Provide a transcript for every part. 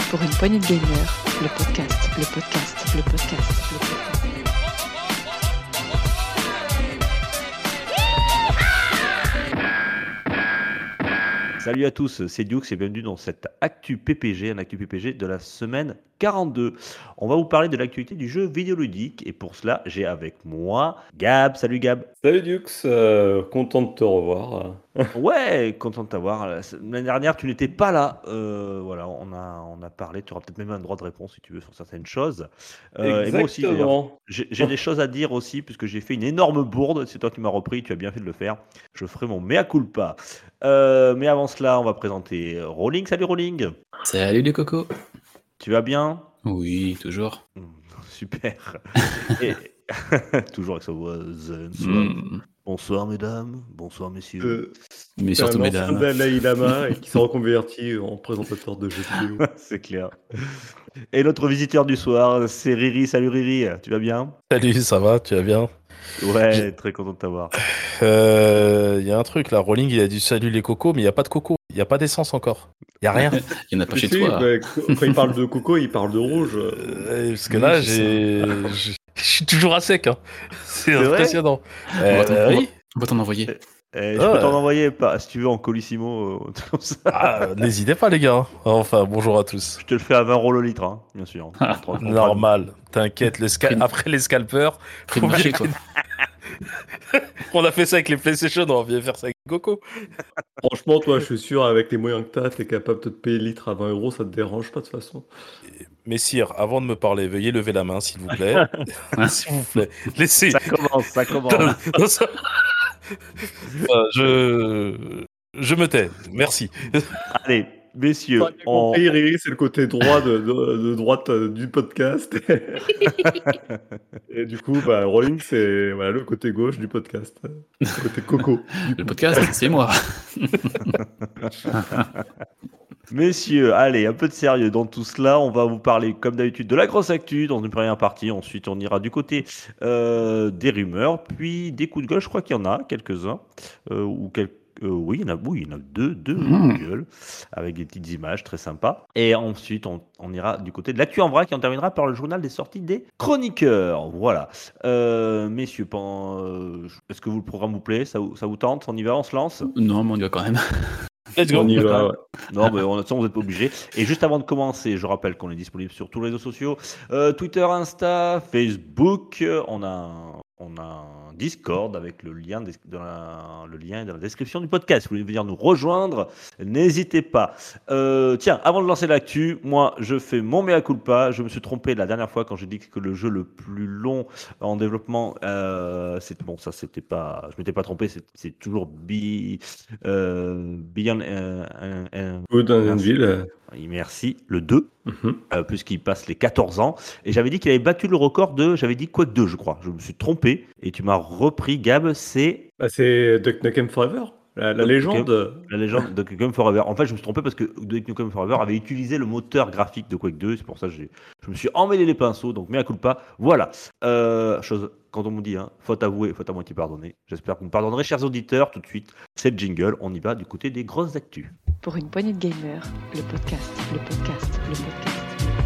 Pour une poignée de gamers, le podcast, le podcast, le podcast, le podcast. Salut à tous, c'est Dukes et bienvenue dans cette Actu PPG, un Actu PPG de la semaine 42. On va vous parler de l'actualité du jeu vidéoludique et pour cela, j'ai avec moi Gab. Salut Gab. Salut Dukes, content de te revoir. Ouais, content de t'avoir. L'année dernière, tu n'étais pas là. Voilà, on a parlé. Tu auras peut-être même un droit de réponse si tu veux sur certaines choses. Et moi aussi, d'ailleurs. J'ai des choses à dire aussi, puisque j'ai fait une énorme bourde. C'est toi qui m'as repris, tu as bien fait de le faire. Je ferai mon mea culpa. Mais avant cela, on va présenter Rolling. Salut Rolling. Salut les cocos. Tu vas bien? Oui, toujours. Super. Et... toujours avec sa voix zen. Bonsoir mesdames, bonsoir messieurs. Mais surtout mesdames. Un Dalai Lama et qui s'est reconverti en présentateur de jeux vidéo. C'est clair. Et notre visiteur du soir, c'est Riri. Salut Riri, tu vas bien? Salut, ça va, tu vas bien? Ouais, très content de t'avoir. Il y a un truc là, Rolling il a dit salut les cocos, mais il n'y a pas de coco, il n'y a pas d'essence encore. Il n'y a rien. Il n'y en a pas chez toi. Quand il parle de coco, il parle de rouge. Parce que là, je suis toujours à sec. Hein. C'est impressionnant. On va t'en envoyer. Je peux t'en envoyer si tu veux en colissimo, comme ça. N'hésitez pas les gars. Enfin, bonjour à tous. Je te le fais à 20 € le litre, hein, bien sûr. Normal. T'inquiète, après les scalpers, faut marcher quoi. On a fait ça avec les PlayStation, on va bien faire ça avec Coco. Franchement, toi, je suis sûr, avec les moyens que t'as capable de te payer le litre à 20 €, ça te dérange pas de toute façon. Messire, avant de me parler, veuillez lever la main, s'il vous plaît. S'il vous plaît. Laissez. Ça commence. Je me tais, merci. Allez, messieurs. Riri, c'est le côté droit de droite du podcast. Et du coup, Rolling, c'est le côté gauche du podcast. Le côté coco. Le podcast, c'est moi. Messieurs, allez, un peu de sérieux dans tout cela. On va vous parler, comme d'habitude, de la grosse actu dans une première partie. Ensuite, on ira du côté des rumeurs, puis des coups de gueule. Je crois qu'il y en a quelques-uns. Oui, il y en a deux coups de gueule, avec des petites images très sympas. Et ensuite, on ira du côté de l'actu en vrac et on terminera par le journal des sorties des chroniqueurs. Voilà. Messieurs, est-ce que le programme vous plaît? Ça vous tente? On y va? On se lance? Non, mais on y va quand même. Let's go. On y va, ouais. Non, mais vous n'êtes pas obligés. Et juste avant de commencer, je rappelle qu'on est disponible sur tous les réseaux sociaux, Twitter, Insta, Facebook. On a un Discord avec le lien le lien est dans la description du podcast. Si vous voulez venir nous rejoindre, n'hésitez pas. Tiens, avant de lancer l'actu, moi, je fais mon mea culpa. Je me suis trompé la dernière fois quand j'ai dit que le jeu le plus long en développement, c'était pas. Je m'étais pas trompé. C'est toujours Beyond Good and Evil. Merci, le 2, puisqu'il passe les 14 ans. Et j'avais dit qu'il avait battu le record j'avais dit Quake 2, je crois. Je me suis trompé. Et tu m'as repris, Gab, c'est... c'est Duke Nukem Forever, la légende. La légende de Duke Nukem Forever. En fait, je me suis trompé parce que Duke Nukem Forever avait utilisé le moteur graphique de Quake 2. C'est pour ça que je me suis emmêlé les pinceaux. Donc, mea culpa. Voilà. Quand on me dit, faute avouée, faute à moitié pardonnée. J'espère que vous me pardonnerez, chers auditeurs. Tout de suite, c'est le jingle. On y va du côté des grosses actus. Pour une poignée de gamers, le podcast, le podcast, le podcast.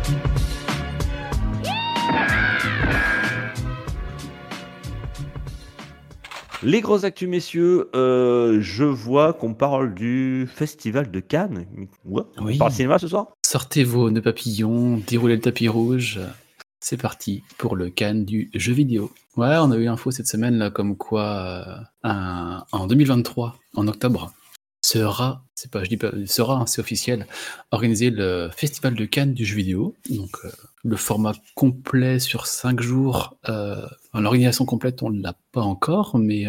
Les grosses actus, messieurs, je vois qu'on parle du Festival de Cannes. Ouais, oui. On parle cinéma ce soir? Sortez vos nœuds papillons, déroulez le tapis rouge. C'est parti pour le Cannes du jeu vidéo. Ouais, on a eu l'info cette semaine là, comme quoi en 2023, en octobre, sera, c'est officiel, organisé le Festival de Cannes du jeu vidéo. Donc le format complet sur 5 jours, l'organisation complète on ne l'a pas encore, mais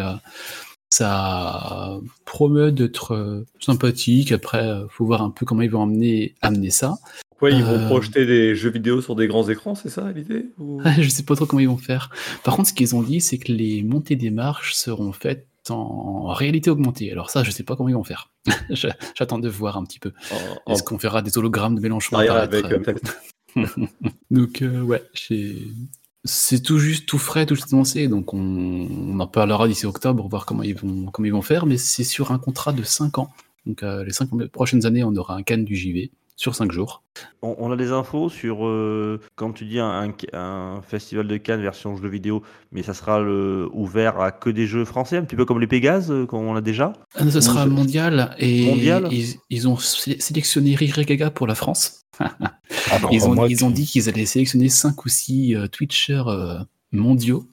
ça promet d'être sympathique. Après, faut voir un peu comment ils vont amener ça. Ouais, ils vont projeter des jeux vidéo sur des grands écrans, c'est ça l'idée Je sais pas trop comment ils vont faire. Par contre, ce qu'ils ont dit, c'est que les montées des marches seront faites en réalité augmentée. Alors ça, je sais pas comment ils vont faire. J'attends de voir un petit peu. Est-ce qu'on verra des hologrammes de Mélenchon apparaître Donc ouais, c'est tout juste, tout frais, tout juste lancé. Donc on en parlera d'ici octobre, voir comment ils vont faire. Mais c'est sur un contrat de 5 ans. Donc les 5 prochaines années, on aura un Cannes du JV. sur 5 jours. On a des infos sur, quand tu dis un festival de Cannes version jeux vidéo, mais ça sera ouvert à que des jeux français, un petit peu comme les Pégases, comme on a déjà? Ce sera Ou- mondial et Mondial ils ont sélectionné Riri Gaga pour la France. Ah, non, Ils moi, ont dit qu'ils allaient sélectionner 5 ou 6 Twitchers mondiaux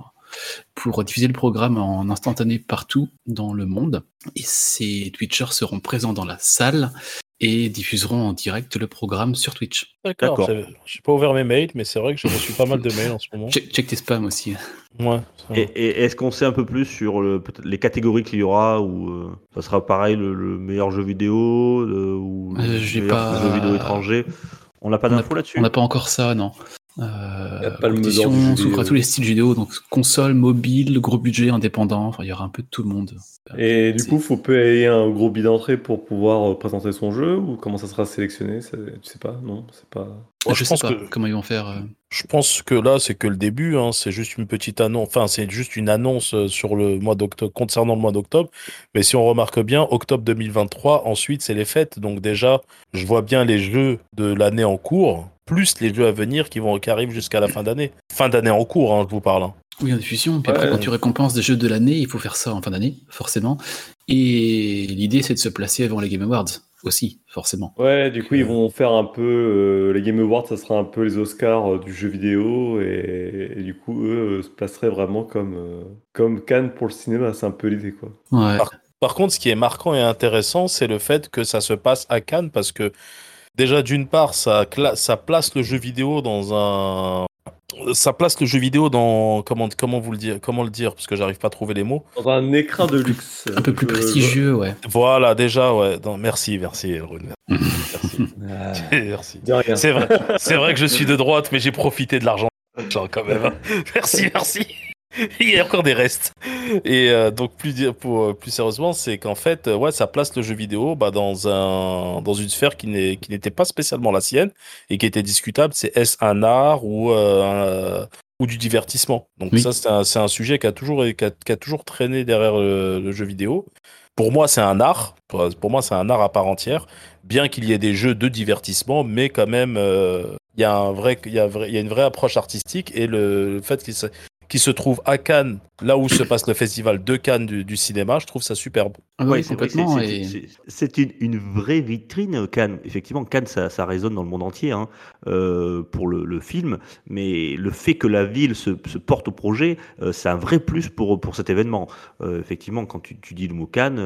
pour diffuser le programme en instantané partout dans le monde. Et ces Twitchers seront présents dans la salle et diffuseront en direct le programme sur Twitch. D'accord. D'accord. J'ai pas ouvert mes mails, mais c'est vrai que j'ai reçu pas mal de mails en ce moment. Check tes spams aussi. Ouais. ça va. Et est-ce qu'on sait un peu plus sur peut-être les catégories qu'il y aura, ou ça sera pareil le meilleur jeu vidéo, ou le J'ai meilleur pas- jeu vidéo étranger? On n'a pas d'infos là-dessus? On n'a pas encore ça, non. a pas le Compétition Modor du jeu s'ouvre à vidéo. tous les styles vidéo, donc console, mobile, gros budget, indépendant. Enfin, il y aura un peu de tout le monde. Et du C'est- coup, faut payer un gros billet d'entrée pour pouvoir présenter son jeu ou comment ça sera sélectionné? Tu sais pas? Non, c'est pas. Moi, je sais pense pas que- comment ils vont faire. Je pense que là, c'est que le début, hein, c'est juste une petite annonce, enfin, c'est juste une annonce sur le mois d'octobre, concernant le mois d'octobre. Mais si on remarque bien, octobre 2023, ensuite, c'est les fêtes. Donc déjà, je vois bien les jeux de l'année en cours, plus les jeux à venir qui arrivent jusqu'à la fin d'année. Fin d'année en cours, hein, je vous parle. Hein. Oui, en diffusion. Puis Ouais. après, quand tu récompenses des jeux de l'année, il faut faire ça en fin d'année, forcément. Et l'idée, c'est de se placer avant les Game Awards aussi, forcément. Ouais, du coup, ils vont faire un peu. Les Game Awards, ça sera un peu les Oscars du jeu vidéo. Et du coup, eux se placeraient vraiment comme Cannes pour le cinéma. C'est un peu l'idée, quoi. Ouais. Par contre, ce qui est marquant et intéressant, c'est le fait que ça se passe à Cannes parce que déjà, d'une part, ça place le jeu vidéo dans un. Ça place le jeu vidéo dans. Comment le dire, parce que j'arrive pas à trouver les mots. Dans un écran de luxe. Un peu plus prestigieux, ouais. Voilà, déjà, ouais. Merci, Elrond. Merci. Merci. De rien. C'est vrai que je suis de droite, mais j'ai profité de l'argent quand même. Hein. Merci. Il y a encore des restes. Et donc plus sérieusement, c'est qu'en fait, ouais, ça place le jeu vidéo dans une sphère qui n'était pas spécialement la sienne et qui était discutable. C'est est-ce un art ou du divertissement. Donc Oui. ça, c'est un sujet qui a toujours traîné derrière le jeu vidéo. Pour moi, c'est un art. Pour moi, c'est un art à part entière. Bien qu'il y ait des jeux de divertissement, mais quand même, il y a une vraie approche artistique et le fait qu'il se trouve à Cannes, là où se passe le festival de Cannes du cinéma, je trouve ça superbe. Ah Ouais, oui, c'est vrai que complètement. c'est une vraie vitrine, Cannes. Effectivement, Cannes, ça résonne dans le monde entier, hein, pour le film, mais le fait que la ville se porte au projet, c'est un vrai plus pour cet événement. Effectivement, quand tu dis le mot Cannes,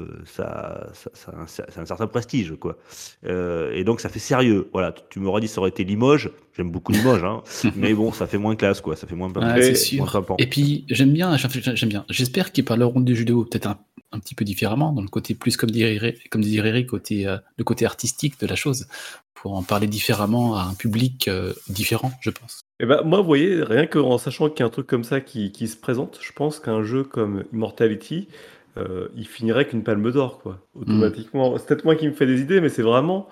ça a un certain prestige, quoi. Et donc, ça fait sérieux. Voilà, tu m'aurais dit ça aurait été Limoges. J'aime beaucoup Limoges, hein, mais bon, ça fait moins classe, quoi. Ça fait moins Ouais, c'est moins sûr. pimpant. Et puis, j'aime bien. J'espère qu'ils parleront du jeu vidéo peut-être un petit peu différemment, dans le côté plus, comme dirait Eric, le côté artistique de la chose, pour en parler différemment à un public différent, je pense. Et ben moi, vous voyez, rien qu'en sachant qu'il y a un truc comme ça qui se présente, je pense qu'un jeu comme Immortality, il finirait qu'une palme d'or, quoi, automatiquement. C'est peut-être moi qui me fais des idées, mais c'est vraiment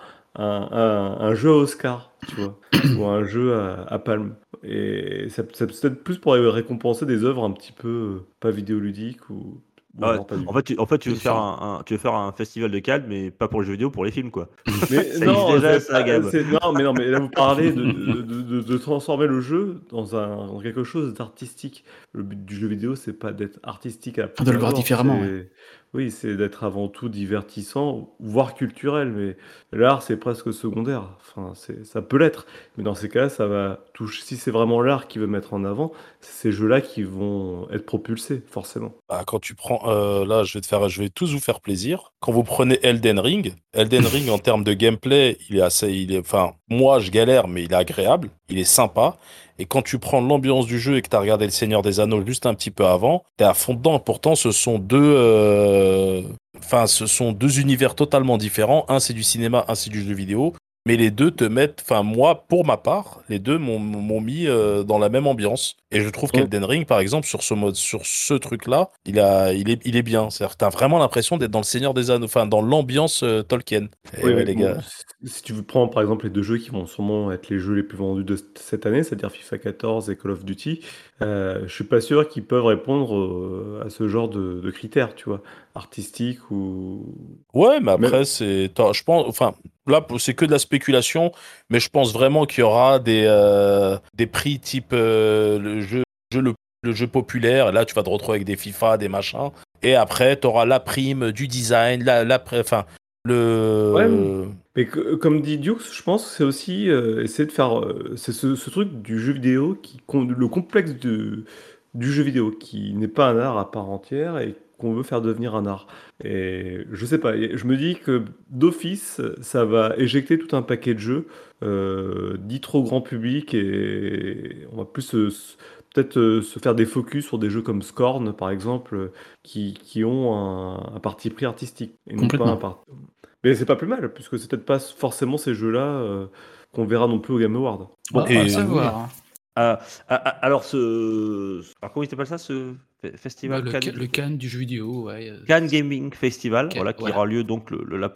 un jeu à Oscar, tu vois, ou un jeu à palme. Et ça c'est peut-être plus pour récompenser des œuvres un petit peu pas vidéoludiques ou Ah ouais. alors pas du En fait, tu veux C'est faire différent. tu veux faire un festival de Cannes, mais pas pour les jeux vidéo, pour les films, quoi. Mais Ça non, existe déjà, c'est ça, pas- Gab. non, mais là vous parlez de transformer le jeu dans quelque chose d'artistique. Le but du jeu vidéo, c'est pas d'être artistique à De le voir abord, différemment, oui, c'est d'être avant tout divertissant, voire culturel, mais l'art, c'est presque secondaire. Enfin, ça peut l'être, mais dans ces cas-là, ça va toucher. Si c'est vraiment l'art qui veut mettre en avant, c'est ces jeux-là qui vont être propulsés, forcément. Bah, quand tu prends, là, je vais tous vous faire plaisir. Quand vous prenez Elden Ring en termes de gameplay, enfin, moi, je galère, mais il est agréable, il est sympa. Et quand tu prends l'ambiance du jeu et que tu as regardé Le Seigneur des Anneaux juste un petit peu avant, t'es à fond dedans. Pourtant, ce sont deux univers totalement différents. Un, c'est du cinéma, un, c'est du jeu vidéo. Mais les deux te mettent, enfin moi, pour ma part, les deux m'ont mis dans la même ambiance. Et je trouve qu'Elden Ring, par exemple, sur ce truc-là, il est bien. C'est-à-dire que t'as vraiment l'impression d'être dans le Seigneur des Anneaux, enfin dans l'ambiance Tolkien. Et Oui, ouais, mais les bon, gars. si tu prends par exemple les deux jeux qui vont sûrement être les jeux les plus vendus de cette année, c'est-à-dire FIFA 14 et Call of Duty, je suis pas sûr qu'ils peuvent répondre à ce genre de critères, tu vois, artistiques ou... Ouais, mais après, Même- je pense, enfin, là, c'est que de la spéculation, mais je pense vraiment qu'il y aura des prix type le jeu populaire. Et là, tu vas te retrouver avec des FIFA, des machins. Et après, tu auras la prime du design, enfin, Ouais, mais comme dit Dukes, je pense que c'est aussi essayer de faire c'est ce truc du jeu vidéo le complexe du jeu vidéo qui n'est pas un art à part entière et qu'on veut faire devenir un art. Et je sais pas, je me dis que d'office, ça va éjecter tout un paquet de jeux dits trop grand public et on va plus peut-être se faire des focus sur des jeux comme Scorn par exemple qui ont un parti pris artistique et non pas Complètement. un parti. Mais c'est pas plus mal, puisque c'est peut-être pas forcément ces jeux-là qu'on verra non plus au Game Award. Bon, Et à savoir. Hein. Alors, alors, comment il s'appelle ça, ce Bah, festival le Cannes du jeu vidéo, ouais. Cannes Gaming Festival, Ok, voilà, qui voilà. aura lieu donc la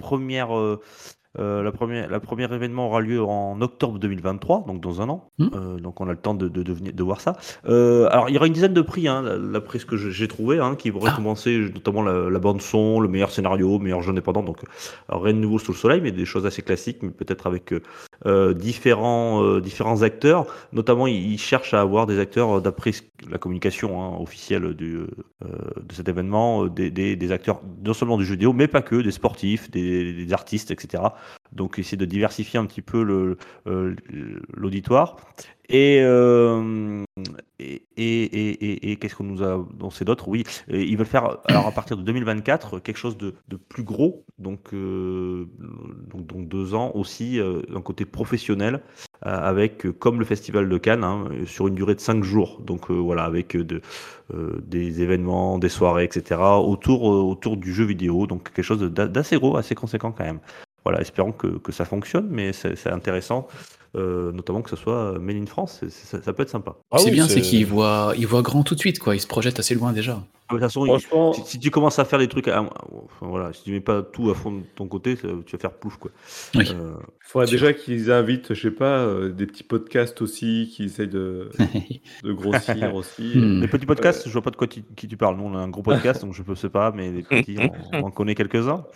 première événement aura lieu en octobre 2023, donc dans un an. Donc on a le temps de voir ça. Alors il y aura une dizaine de prix, hein, d'après ce que j'ai trouvé, hein, qui vont récompenser notamment la bande son, le meilleur scénario, meilleur jeu indépendant. Donc alors, rien de nouveau sous le soleil, mais des choses assez classiques, mais peut-être avec différents acteurs. Notamment ils cherchent à avoir des acteurs d'après la communication, hein, officielle de cet événement, des acteurs non seulement du jeu vidéo, mais pas que, des sportifs, des artistes, etc. Donc essayer de diversifier un petit peu l'auditoire. Et qu'est-ce qu'on nous a annoncé d'autre? Oui, ils veulent faire, alors à partir de 2024, quelque chose de plus gros, donc 2 ans aussi, d'un côté professionnel, avec, comme le Festival de Cannes, hein, sur une durée de 5 jours. Donc voilà, avec des événements, des soirées, etc. autour du jeu vidéo, donc quelque chose d'assez gros, assez conséquent quand même. Voilà, espérons que ça fonctionne, mais c'est intéressant, notamment que ce soit Made in France, ça peut être sympa. C'est bien, c'est qu'il voit grand tout de suite, quoi. Il se projette assez loin déjà. De toute façon, Franchement, si tu commences à faire des trucs, enfin, voilà, si tu mets pas tout à fond de ton côté, tu vas faire plouf, quoi. Oui. il faudrait sûr. déjà qu'ils invitent, je sais pas, des petits podcasts aussi, qui essayent de grossir aussi. Les petits podcasts, je vois pas de qui tu parles. Nous, on a un gros podcast, donc je ne sais pas, mais les petits, on en connaît quelques-uns.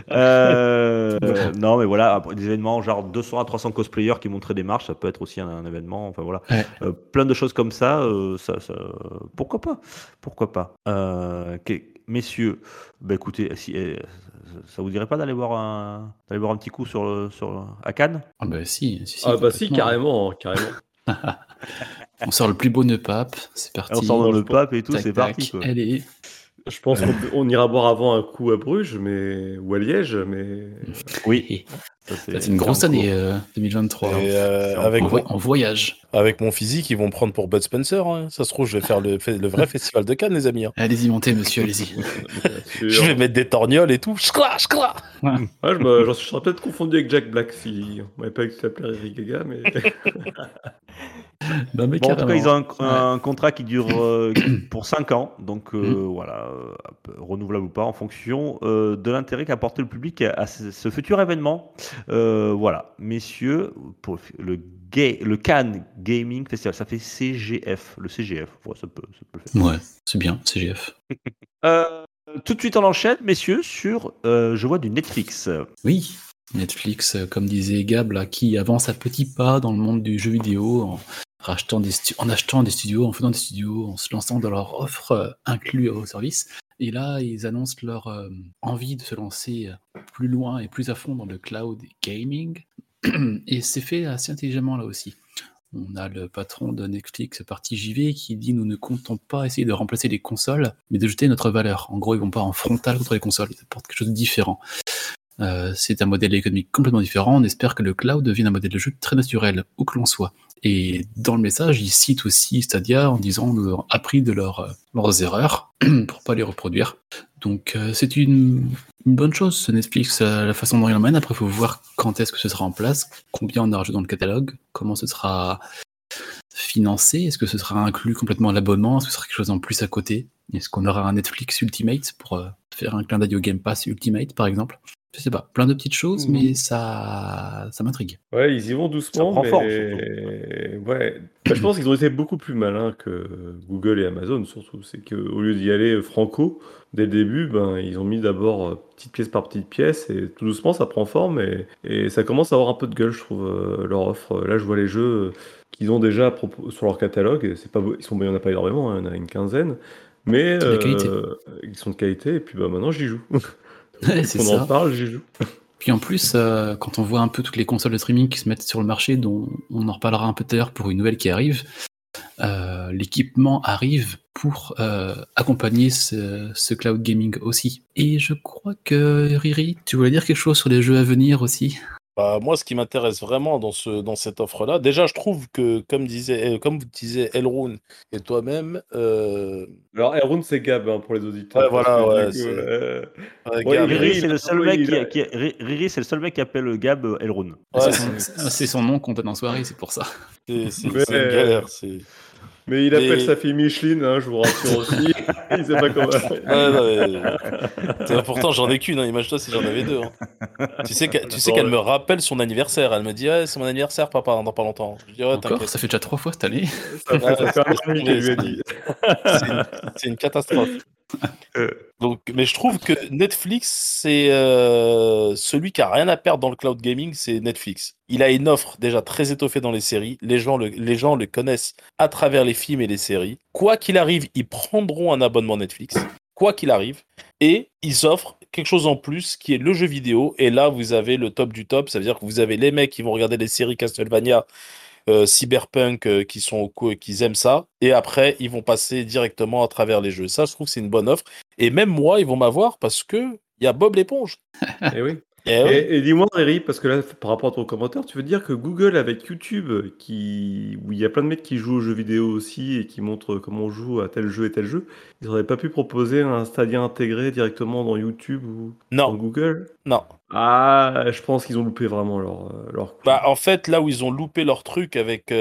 Non, mais voilà, après, des événements genre 200 à 300 cosplayers qui montraient des marches, ça peut être aussi un événement. Enfin voilà, Ouais. plein de choses comme ça, pourquoi pas? Pourquoi pas? Messieurs, bah écoutez, ça vous dirait pas d'aller boire un petit coup à Cannes? Ah bah si, Ah bah si, complètement. carrément. On sort le plus beau nœud pape, c'est parti. On sort dans le Franchement, pape et tout, Tac, c'est tac, parti, quoi. allez. Je pense qu'on ira boire avant un coup à Bruges, ou à Liège, mais Oui. Ça, C'est une grosse année 2023. Et, En voyage. avec mon physique, ils vont me prendre pour Bud Spencer. Hein. Ça se trouve, je vais faire le vrai festival de Cannes, les amis. Hein. Allez-y, montez, monsieur, allez-y. Je vais mettre des torgnoles et tout. Ch'cla. Ouais, je serais peut-être confondu avec Jack Black si on m'avait pas dit que ça s'appelait Eric Gaga, mais Non, mais Bon, en tout cas, ils ont carrément. un contrat qui dure pour 5 ans, donc voilà, renouvelable ou pas, en fonction de l'intérêt qu'a porté le public à ce futur événement. Voilà, messieurs, pour le Cannes Gaming Festival, ça fait CGF, le CGF, ouais, ça peut le faire. Ouais, c'est bien, CGF. Tout de suite, on enchaîne, messieurs, sur, je vois, du Netflix. Oui, Netflix, comme disait Gab, là, qui avance à petits pas dans le monde du jeu vidéo en achetant des studios, en faisant des studios, en se lançant dans leur offre inclus au service. Et là, ils annoncent leur envie de se lancer plus loin et plus à fond dans le cloud gaming. Et c'est fait assez intelligemment là aussi. On a le patron de Netflix, Parti JV, qui dit « Nous ne comptons pas essayer de remplacer les consoles, mais de jeter notre valeur. » En gros, ils vont pas en frontal contre les consoles, ils apportent quelque chose de différent. C'est un modèle économique complètement différent. On espère que le cloud devienne un modèle de jeu très naturel, où que l'on soit. Et dans le message, ils citent aussi Stadia en disant « Nous avons appris de leurs erreurs pour pas les reproduire. » Donc c'est une bonne chose, ce Netflix, la façon dont il emmène. Après, il faut voir quand est-ce que ce sera en place, combien on aura joué dans le catalogue, comment ce sera financé, est-ce que ce sera inclus complètement à l'abonnement, est-ce que ce sera quelque chose en plus à côté, est-ce qu'on aura un Netflix Ultimate pour faire un clin d'œil au Game Pass Ultimate, par exemple. Je sais pas, plein de petites choses, mais ça m'intrigue. ouais, ils y vont doucement, Ça prend forme, mais ouais, Je pense qu'ils ont été beaucoup plus malins que Google et Amazon, surtout. C'est qu'au lieu d'y aller franco, dès le début, ils ont mis d'abord petite pièce par petite pièce, et tout doucement, ça prend forme, et ça commence à avoir un peu de gueule, je trouve, leur offre. Là, je vois les jeux qu'ils ont déjà sur leur catalogue, et c'est pas, il n'y en a pas énormément, hein, il y en a une quinzaine, mais De qualité. ils sont de qualité, et puis maintenant, j'y joue. Ouais, c'est Qu'on en ça. parle, j'y joue. Puis en plus, quand on voit un peu toutes les consoles de streaming qui se mettent sur le marché, dont on en reparlera un peu tout à l'heure pour une nouvelle qui arrive, l'équipement arrive pour accompagner ce cloud gaming aussi. Et je crois que Riri, tu voulais dire quelque chose sur les jeux à venir aussi? Moi, ce qui m'intéresse vraiment dans cette offre-là, déjà, je trouve que, comme vous disiez Elrond et toi-même, Alors, Elrond, c'est Gab, hein, pour les auditeurs. ouais, voilà, parce que, ouais, du coup, ouais, ouais, Gab, Riri, il c'est a- le seul oui, mec il a- Riri, c'est le seul mec qui appelle Gab Elrond. ouais, C'est son nom qu'on donne en soirée, c'est pour ça. c'est Mais, une galère. mais il appelle Mais- sa fille Micheline, hein, je vous rassure aussi. Il sait pas comment. Ouais, non, mais- pourtant, j'en ai qu'une, hein, imagine-toi si j'en avais deux. Hein. Tu sais qu'elle me rappelle son anniversaire. Elle me dit, ouais, c'est mon anniversaire, papa, dans pas longtemps. Je dis, ouais, Encore, t'inquiète. ça fait déjà 3 fois cette année. Ça fait un an et demi qu'elle lui a c'est- dit. C'est une catastrophe. Donc, mais je trouve que Netflix, c'est celui qui a rien à perdre dans le cloud gaming, c'est Netflix. Il a une offre déjà très étoffée dans les séries. Les gens le connaissent à travers les films et les séries. Quoi qu'il arrive, ils prendront un abonnement Netflix. Quoi qu'il arrive. Et ils offrent quelque chose en plus qui est le jeu vidéo. Et là, vous avez le top du top. Ça veut dire que vous avez les mecs qui vont regarder les séries Castlevania, Cyberpunk, qui aiment ça, et après ils vont passer directement à travers les jeux. Ça, je trouve que c'est une bonne offre, et même moi ils vont m'avoir parce que il y a Bob l'éponge. Et oui. Et oui. Et dis-moi, Riri, parce que là, par rapport à ton commentaire, tu veux dire que Google, avec YouTube, où il y a plein de mecs qui jouent aux jeux vidéo aussi et qui montrent comment on joue à tel jeu et tel jeu, ils n'auraient pas pu proposer un Stadia intégré directement dans YouTube ou dans Non, Google? non. Ah, je pense qu'ils ont loupé vraiment leur coup. En fait, là où ils ont loupé leur truc avec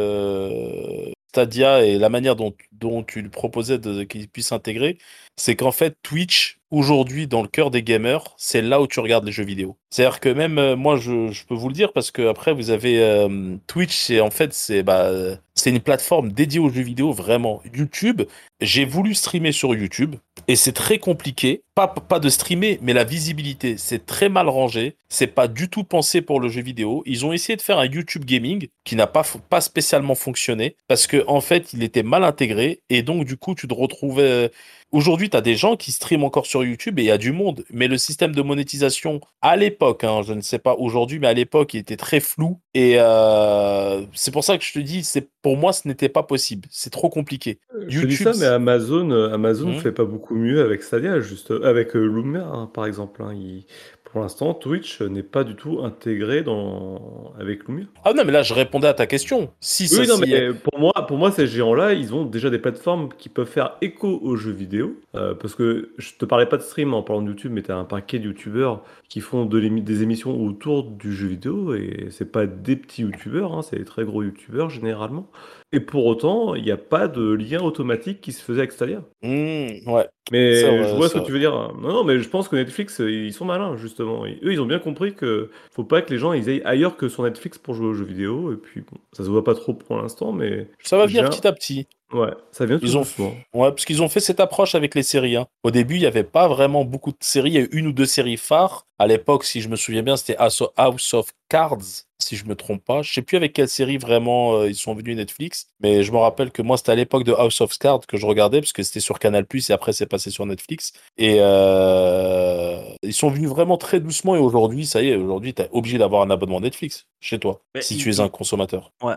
Stadia et la manière dont tu lui proposais qu'ils puissent s'intégrer, c'est qu'en fait, Twitch, aujourd'hui, dans le cœur des gamers, c'est là où tu regardes les jeux vidéo. C'est-à-dire que même moi, je peux vous le dire, parce que après, vous avez Twitch, c'est une plateforme dédiée aux jeux vidéo, vraiment. YouTube, j'ai voulu streamer sur YouTube, et c'est très compliqué. Pas de streamer, mais la visibilité, c'est très mal rangé. C'est pas du tout pensé pour le jeu vidéo. Ils ont essayé de faire un YouTube gaming qui n'a pas spécialement fonctionné, parce que en fait, il était mal intégré, et donc du coup, tu te retrouvais. Aujourd'hui, tu as des gens qui streament encore sur YouTube et il y a du monde. Mais le système de monétisation, à l'époque, hein, je ne sais pas aujourd'hui, mais à l'époque, il était très flou. Et c'est pour ça que je te dis, pour moi, ce n'était pas possible. C'est trop compliqué. Je te dis ça, mais Amazon fait pas beaucoup mieux avec Stadia, juste avec Lumia, hein, par exemple. Hein. Pour l'instant, Twitch n'est pas du tout intégré avec Lumia. Ah non, mais là, je répondais à ta question. Oui, non, mais pour moi, ces géants-là, ils ont déjà des plateformes qui peuvent faire écho aux jeux vidéo. Parce que je te parlais pas de stream en parlant de YouTube, mais tu as un paquet de youtubeurs qui font des émissions autour du jeu vidéo. Et c'est pas des petits youtubeurs, hein, c'est des très gros youtubeurs généralement. Et pour autant, il n'y a pas de lien automatique qui se faisait avec Stadia. Ouais. Mais C'est vrai, je vois c'est ce que vrai. tu veux dire. Non, mais je pense que Netflix, ils sont malins, justement. Eux, ils ont bien compris que faut pas que les gens ils aillent ailleurs que sur Netflix pour jouer aux jeux vidéo. Et puis, bon, ça se voit pas trop pour l'instant, mais Ça va venir j'ai un- petit à petit. ouais, ça vient tout Ils ont, doucement. ouais, parce qu'ils ont fait cette approche avec les séries. Hein. Au début, il n'y avait pas vraiment beaucoup de séries. Il y a eu une ou deux séries phares. À l'époque, si je me souviens bien, c'était House of Cards, si je me trompe pas. Je sais plus avec quelle série vraiment ils sont venus Netflix, mais je me rappelle que moi, c'était à l'époque de House of Cards que je regardais, parce que c'était sur Canal+, et après, c'est passé sur Netflix. Et ils sont venus vraiment très doucement, et aujourd'hui, ça y est, aujourd'hui, tu es obligé d'avoir un abonnement Netflix chez toi, Mais si tu es un consommateur. Ouais.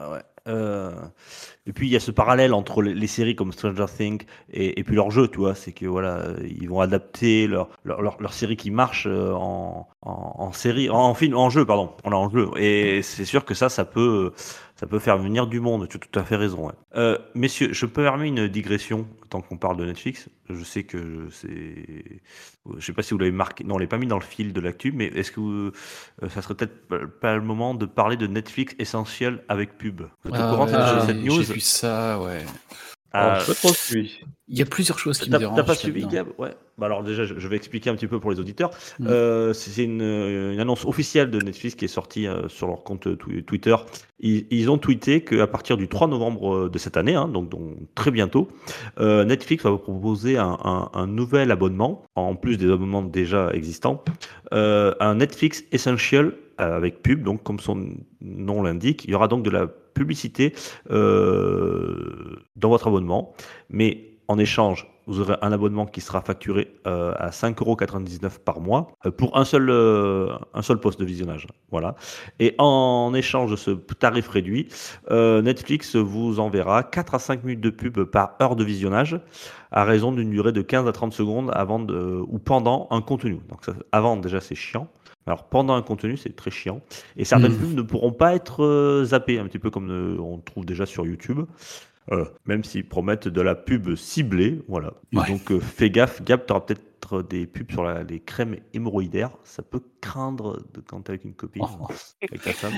Et puis il y a ce parallèle entre les séries comme Stranger Things et puis leurs jeux, tu vois, c'est que voilà, ils vont adapter leur série qui marche en série, en film, en jeu, pardon, en jeu. Et c'est sûr que ça peut faire venir du monde. Tu as tout à fait raison. Ouais. Messieurs, je peux permettre une digression tant qu'on parle de Netflix. Je sais que je sais pas si vous l'avez marqué. Non, on l'a pas mis dans le fil de l'actu, mais est-ce que ça serait peut-être pas le moment de parler de Netflix essentiel avec pub? Vous êtes au courant de cette news? J'ai vu ça, ouais. Alors, Ah, je sais pas trop suivi. Il y a plusieurs choses qui me T'as dérangent pas suivi, là-dedans. Gab? Ouais. Bah alors déjà, je vais expliquer un petit peu pour les auditeurs. Mm. C'est une annonce officielle de Netflix qui est sortie sur leur compte Twitter. Ils ont tweeté qu'à partir du 3 novembre de cette année, hein, donc très bientôt, Netflix va vous proposer un nouvel abonnement, en plus des abonnements déjà existants, un Netflix Essential avec pub, donc comme son nom l'indique. Il y aura donc de la publicité dans votre abonnement, mais en échange, vous aurez un abonnement qui sera facturé à 5,99 € par mois pour un seul poste de visionnage. Voilà. Et en échange de ce tarif réduit, Netflix vous enverra 4 à 5 minutes de pub par heure de visionnage à raison d'une durée de 15 à 30 secondes ou pendant un contenu. Donc avant, déjà, c'est chiant. Alors pendant un contenu, c'est très chiant. Et certaines pubs ne pourront pas être zappées, un petit peu comme on trouve déjà sur YouTube. Même s'ils promettent de la pub ciblée, voilà. Ouais. Donc fais gaffe, Gab, tu auras peut-être des pubs sur les crèmes hémorroïdaires. Ça peut craindre quand t'es avec une copine, Oh. avec ta femme.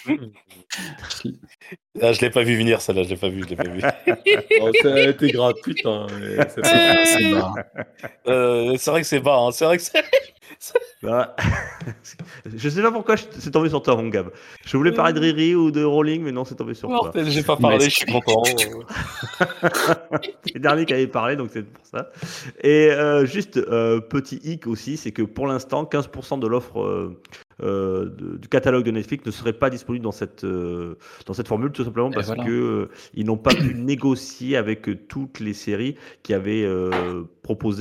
Ah, je l'ai pas vu venir, celle-là, je l'ai pas vu. Oh, ça a été gratuite. Hein, mais c'est pas- C'est bas. C'est vrai que c'est bas, hein. C'est vrai que c'est... Bah, je sais pas pourquoi c'est tombé sur toi, mon Gab. Je voulais parler de Riri ou de Rolling, mais non, c'est tombé sur toi. Mortel, j'ai pas parlé, je suis content. C'est le dernier qui avait parlé, donc c'est pour ça. Et juste petit hic aussi, c'est que pour l'instant, 15% de l'offre du catalogue de Netflix ne serait pas disponible dans cette formule, tout simplement parce voilà. que ils n'ont pas pu négocier avec toutes les séries qui avaient proposé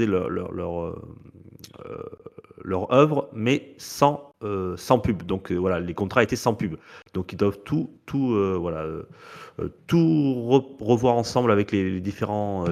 leur œuvre, mais sans pub. Donc voilà, les contrats étaient sans pub. Donc ils doivent tout revoir ensemble avec les différentes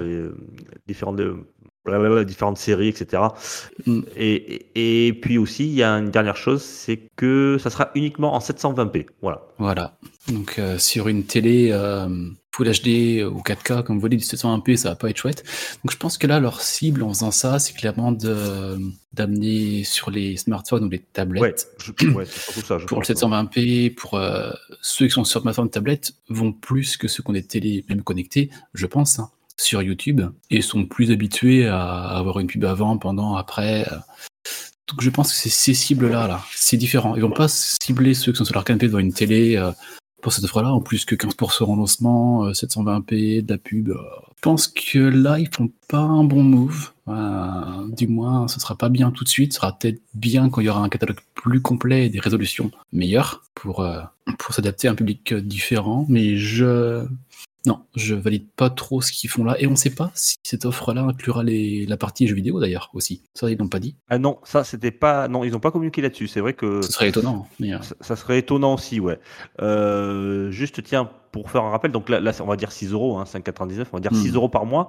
séries, etc. Mm. Et puis aussi, il y a une dernière chose, c'est que ça sera uniquement en 720p. Voilà. Donc sur une télé Full HD ou 4K, comme vous dites, du 720p, ça va pas être chouette. Donc je pense que là, leur cible en faisant ça, c'est clairement d'amener sur les smartphones ou les tablettes. Ouais, c'est surtout ça. Pour le 720p, pour ceux qui sont sur smartphone, tablette, vont plus que ceux qui ont des télés même connectées, je pense, hein, sur YouTube, et sont plus habitués à avoir une pub avant, pendant, après. Donc je pense que c'est ces cibles-là, c'est différent. Ils vont pas cibler ceux qui sont sur leur canapé devant une télé pour cette offre-là, en plus que 15% en lancement, 720p, de la pub. Je pense que là, ils font pas un bon move. Du moins, ce sera pas bien tout de suite. Ce sera peut-être bien quand il y aura un catalogue plus complet et des résolutions meilleures pour s'adapter à un public différent. Mais non, je valide pas trop ce qu'ils font là. Et on sait pas si cette offre-là inclura la partie jeux vidéo d'ailleurs aussi. Ça, ils l'ont pas dit. Ah non, ça c'était pas. Non, ils n'ont pas communiqué là-dessus. C'est vrai que. Ce serait étonnant. Mais ça serait étonnant aussi, ouais. Juste, tiens, pour faire un rappel, donc là on va dire 6 €, hein, 5,99, on va dire 6 € par mois.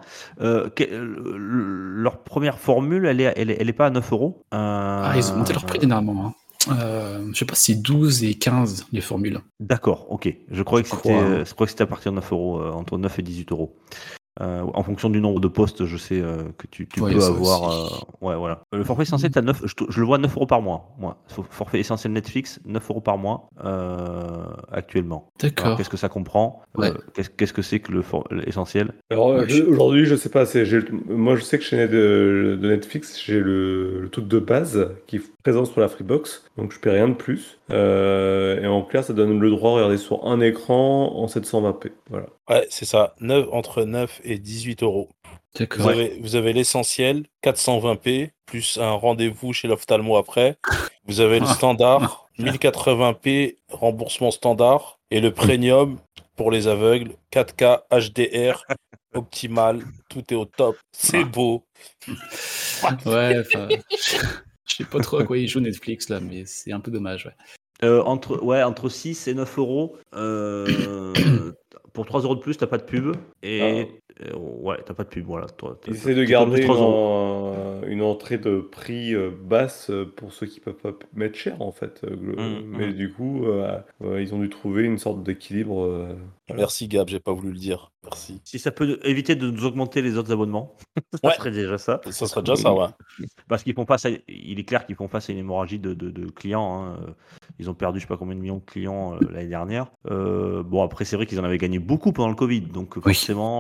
Leur première formule, elle est pas à 9 €. Ils ont monté leur prix énormément. Hein. Je sais pas si 12 et 15 les formules. D'accord, ok. Je croyais que c'était à partir de 9 €, entre 9 et 18 €. En fonction du nombre de postes, je sais que tu peux avoir. Ouais, voilà. Le forfait essentiel, t'as 9, je le vois 9 € par mois. Moi, forfait essentiel Netflix, 9 € par mois actuellement. D'accord. Alors, qu'est-ce que ça comprend? Qu'est-ce que c'est que l'essentiel? Alors aujourd'hui, je sais pas. Moi, je sais que chez de Netflix, j'ai le truc de base qui est présent sur la Freebox, donc je paie rien de plus. Et en clair, ça donne le droit à regarder sur un écran en 720p. Voilà. Ouais, c'est ça. Entre 9 et 18 €. D'accord. Vous avez l'essentiel, 420p, plus un rendez-vous chez l'ophtalmo après. Vous avez le standard, 1080p, remboursement standard. Et le premium, pour les aveugles, 4K, HDR, optimal, tout est au top. C'est beau. Ouais, enfin, je sais pas trop à quoi ils jouent Netflix là, mais c'est un peu dommage. Entre 6 et 9 €. Pour 3 € de plus, t'as pas de pub. Et ouais, t'as pas de pub. Voilà. Essaye de garder une entrée de prix basse pour ceux qui peuvent pas mettre cher en fait. Mais du coup, ils ont dû trouver une sorte d'équilibre. Voilà. Merci Gab, j'ai pas voulu le dire. Merci. Si ça peut éviter de nous augmenter les autres abonnements, ça serait déjà ça. Ça serait déjà ça, ouais. Parce qu'ils font face il est clair qu'ils font face à une hémorragie de clients. Hein. Ils ont perdu je sais pas combien de millions de clients l'année dernière. Bon, après c'est vrai qu'ils en avaient gagné beaucoup pendant le Covid, donc forcément les gens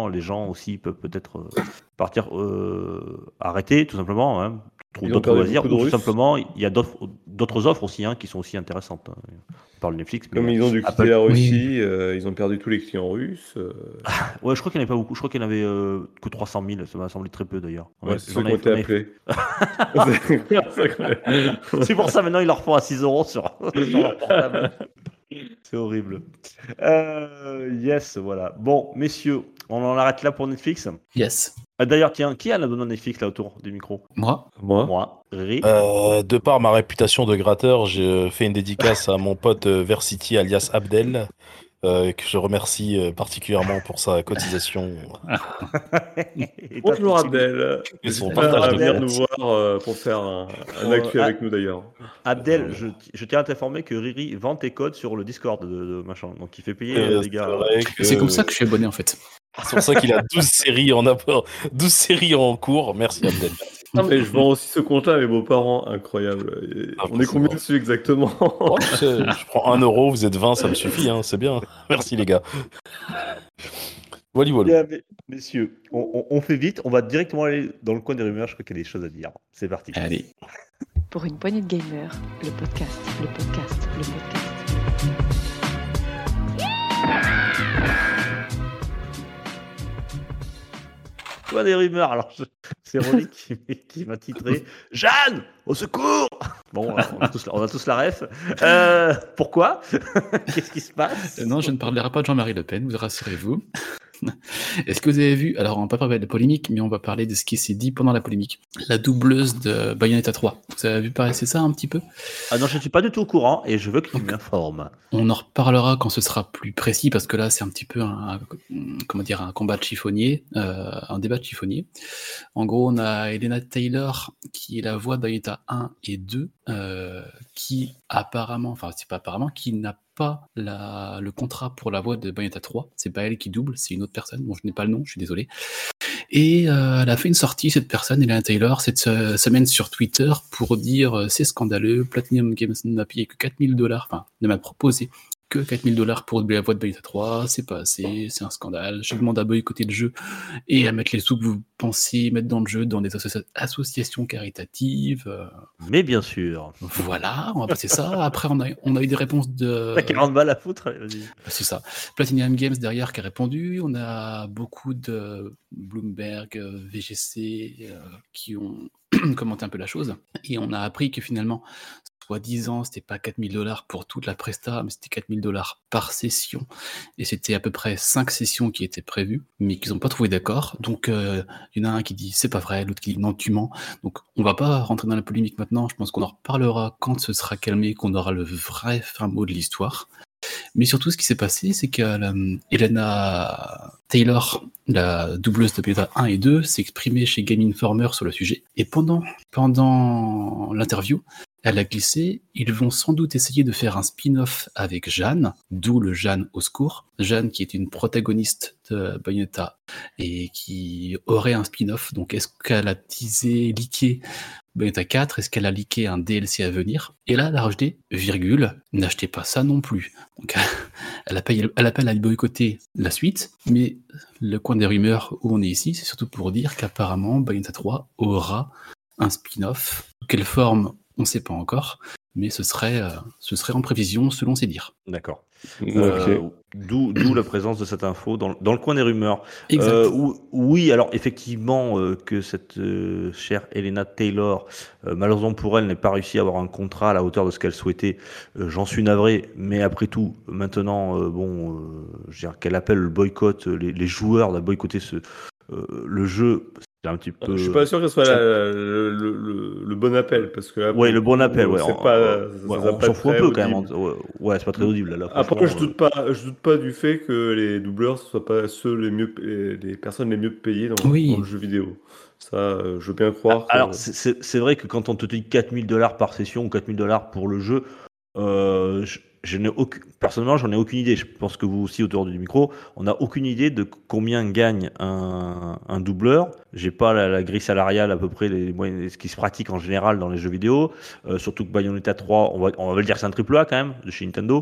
gens aussi peuvent peut-être partir arrêter, tout simplement. Hein, trouvent Ils ont d'autres perdu loisirs, beaucoup ou de tout Russes. simplement, il y a d'autres offres aussi qui sont aussi intéressantes. Hein. On parle de Netflix, mais Comme ils ont dû quitter Apple. la Oui. Russie, ils ont perdu tous les clients russes. Ouais, je crois qu'il n'y en avait pas beaucoup. Je crois qu'il y en avait que 300 000. Ça m'a semblé très peu d'ailleurs. Ouais, c'est ceux qui ont été appelés. C'est pour ça maintenant ils leur font à 6 € sur leur portable. C'est horrible. Yes, voilà. Bon, messieurs, on en arrête là pour Netflix. Yes. D'ailleurs, tiens, qui a l'abonnement Netflix là autour du micro? Moi, Moi, Moi. Riri. De par ma réputation de gratteur, j'ai fait une dédicace à mon pote Versity alias Abdel, que je remercie particulièrement pour sa cotisation. Et toi, bonjour Titi? Abdel. Et son N'hésite pas partage à de venir Abdel. nous voir pour faire un actu avec nous d'ailleurs. Abdel, je tiens à t'informer que Riri vend tes codes sur le Discord de machin. Donc il fait payer les C'est gars. vrai que- c'est comme ça que je suis abonné en fait. C'est pour ça qu'il a 12 séries en apport, 12 séries en cours. Merci Abdel. Et je vends aussi ce compte-là à mes beaux-parents, incroyable. Et Ah, on est combien dessus exactement? Oh, tu sais, je prends 1 €, vous êtes 20, ça me suffit, hein, c'est bien. Merci les gars. Voilà. Bien, messieurs, on fait vite. On va directement aller dans le coin des rumeurs. Je crois qu'il y a des choses à dire. C'est parti. Allez. Pour une poignée de gamers, le podcast, le podcast, le podcast. Coin des rumeurs. Alors, c'est Rolly qui m'a titré Jeanne, au secours. Bon, on a tous la ref. Pourquoi? Qu'est-ce qui se passe? Non, je ne parlerai pas de Jean-Marie Le Pen, vous rassurez-vous. Est-ce que vous avez vu, alors on va pas parler de polémique, mais on va parler de ce qui s'est dit pendant la polémique. La doubleuse de Bayonetta 3. Vous avez vu passer ça un petit peu? Ah non, je ne suis pas du tout au courant et je veux que tu m'informes. On en reparlera quand ce sera plus précis, parce que là c'est un petit peu un combat de chiffonnier, un débat de chiffonnier. En gros, on a Elena Taylor, qui est la voix de Bayonetta 1 et 2, qui apparemment, enfin c'est pas apparemment, qui n'a pas le contrat pour la voix de Bayonetta 3. C'est pas elle qui double, c'est une autre personne. Bon, je n'ai pas le nom, je suis désolé. Et elle a fait une sortie, cette personne, Elena Taylor, cette semaine sur Twitter pour dire c'est scandaleux, Platinum Games n'a payé que 4 000 $, enfin, ne m'a proposé que 4 000 $ pour doubler la voix de Bayonetta 3, c'est pas assez, c'est un scandale. Je demande à boycotter le jeu et à mettre les sous que vous pensez mettre dans le jeu dans des associations caritatives. Mais bien sûr. Voilà, on va passer ça. Après, on a eu des réponses de... T'as 40 balles à foutre, allez, vas-y. C'est ça. Platinum Games derrière qui a répondu. On a beaucoup de Bloomberg, VGC qui ont commenté un peu la chose. Et on a appris que finalement, soi-disant, c'était pas 4 000 $ pour toute la presta, mais c'était 4 000 $ par session. Et c'était à peu près 5 sessions qui étaient prévues, mais qu'ils n'ont pas trouvé d'accord. Donc, il y en a un qui dit c'est pas vrai, l'autre qui dit non, tu mens. Donc, on va pas rentrer dans la polémique maintenant. Je pense qu'on en reparlera quand ce sera calmé, qu'on aura le vrai fin mot de l'histoire. Mais surtout, ce qui s'est passé, c'est que Elena Taylor, la doubleuse de Bayonetta 1 et 2, s'est exprimée chez Game Informer sur le sujet. Et pendant l'interview, elle a glissé, ils vont sans doute essayer de faire un spin-off avec Jeanne, d'où le Jeanne au secours. Jeanne qui est une protagoniste de Bayonetta et qui aurait un spin-off. Donc est-ce qu'elle a teasé, leaké Bayonetta 4? Est-ce qu'elle a leaké un DLC à venir? Et là, elle a rajouté, n'achetez pas ça non plus. Donc elle appelle à boycotter la suite, mais le coin des rumeurs où on est ici, c'est surtout pour dire qu'apparemment Bayonetta 3 aura un spin-off. Quelle forme, on ne sait pas encore, mais ce serait en prévision selon ses dires. D'accord. Ok. D'où la présence de cette info dans le coin des rumeurs. Exact. Oui, alors effectivement que cette chère Elena Taylor, malheureusement pour elle, n'ait pas réussi à avoir un contrat à la hauteur de ce qu'elle souhaitait. J'en suis navré, mais après tout, maintenant, je veux dire qu'elle appelle le boycott, les joueurs à boycotter le jeu. C'est un petit peu... Je suis pas sûr que ce soit le bon appel parce que là, Ouais, le bon appel, ouais. c'est pas, Ouais, ça on pas s'en fout un très peu quand même. audible. Ouais, c'est pas très audible là. Après, je franchement, doute pas du fait que les doubleurs ce soient pas les personnes les mieux payées dans le jeu vidéo. Ça, je veux bien croire. Alors, c'est vrai que quand on te dit 4 000 $ par session ou 4 000 $ pour le jeu, personnellement, j'en ai aucune idée. Je pense que vous aussi, autour du micro, on n'a aucune idée de combien gagne un doubleur. J'ai pas la grille salariale à peu près, ce qui se pratique en général dans les jeux vidéo. Surtout que Bayonetta 3, on va le dire, c'est un AAA quand même, de chez Nintendo.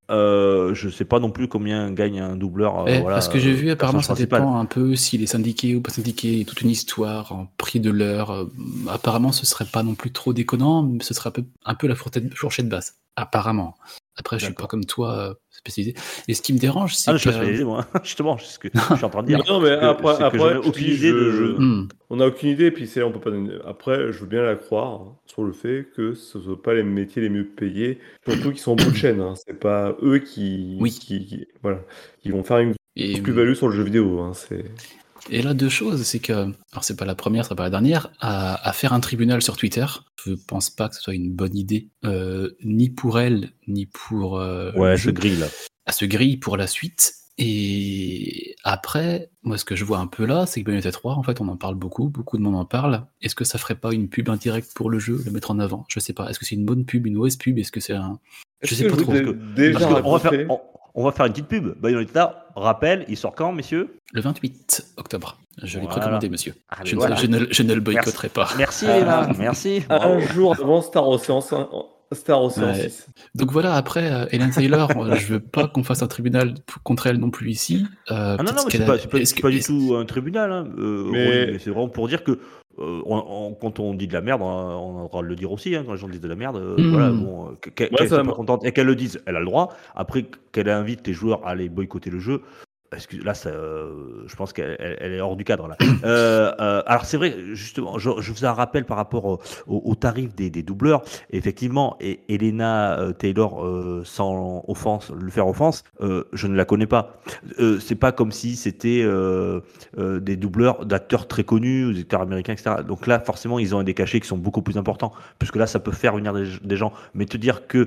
Je sais pas non plus combien gagne un doubleur. Parce que j'ai vu, apparemment, ça principal. dépend un peu s'il est syndiqué ou pas syndiqué, il y a toute une histoire en prix de l'heure. Apparemment, ce serait pas non plus trop déconnant, mais ce serait un peu la fourchette basse. Apparemment. Après, je suis pas comme toi spécialisé. Et ce qui me dérange, c'est Ah, je suis que... spécialisé, moi. Justement, c'est ce que je suis en train de dire. Non, mais C'est que j'en ai aucune puis idée de. on n'a aucune idée, puis on peut pas donner. Après, je veux bien la croire hein, sur le fait que ce ne sont pas les métiers les mieux payés, surtout qui sont au bout de chaîne. Hein. C'est pas eux qui vont faire une plus-value sur le jeu vidéo. Hein. Et là, deux choses, c'est que, alors c'est pas la première, c'est pas la dernière, à faire un tribunal sur Twitter, je pense pas que ce soit une bonne idée, ni pour elle, ni pour le jeu. Ce grille pour la suite. Et après, moi, ce que je vois un peu là, c'est que Bayonetta 3, en fait, on en parle beaucoup de monde en parle. Est-ce que ça ferait pas une pub indirecte pour le jeu, le mettre en avant? Je sais pas. Est-ce que c'est une bonne pub, une mauvaise pub? Est-ce que c'est un... Je sais pas trop. On va faire une petite pub. Bayonetta, rappel, il sort quand, messieurs? Le 28 octobre. Je l'ai précommandé, monsieur. Je ne le boycotterai pas. Merci, Léna. Merci. Un jour avant Star Ocean 6. Donc voilà, après, Ellen Taylor, je veux pas qu'on fasse un tribunal contre elle non plus ici. Non, mais c'est pas du tout un tribunal. Hein. Mais c'est vraiment pour dire que quand on dit de la merde, on a le droit de le dire aussi. Hein, quand les gens disent de la merde, voilà, bon, qu'elle soit pas contente et qu'elle le dise, elle a le droit. Après, qu'elle invite les joueurs à aller boycotter le jeu. Là, je pense qu'elle est hors du cadre. Là. Alors, c'est vrai, justement, je faisais un rappel par rapport au tarif des doubleurs. Et effectivement, Elena Taylor, sans lui faire offense, je ne la connais pas. C'est pas comme si c'était des doubleurs d'acteurs très connus, des acteurs américains, etc. Donc là, forcément, ils ont des cachets qui sont beaucoup plus importants. Puisque là, ça peut faire venir des gens. Mais te dire que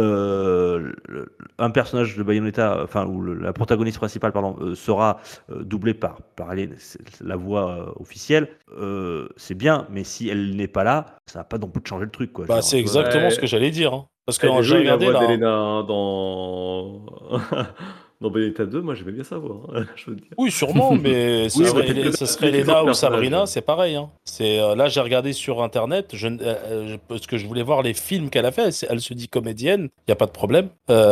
un personnage de Bayonetta, ou la protagoniste principale, pardon, sera doublée par la voix officielle, c'est bien, mais si elle n'est pas là, ça va pas non plus de changer le truc, quoi. C'est exactement ce que j'allais dire. Hein. Parce que j'ai regardé la voix d'Elena dans Bayonetta 2, moi j'aimais bien sa voix. Hein, je veux dire. Oui, sûrement, mais ce serait Elena ou Sabrina, c'est pareil. Hein. Là, j'ai regardé sur internet, parce que je voulais voir les films qu'elle a fait. Elle se dit comédienne, il n'y a pas de problème.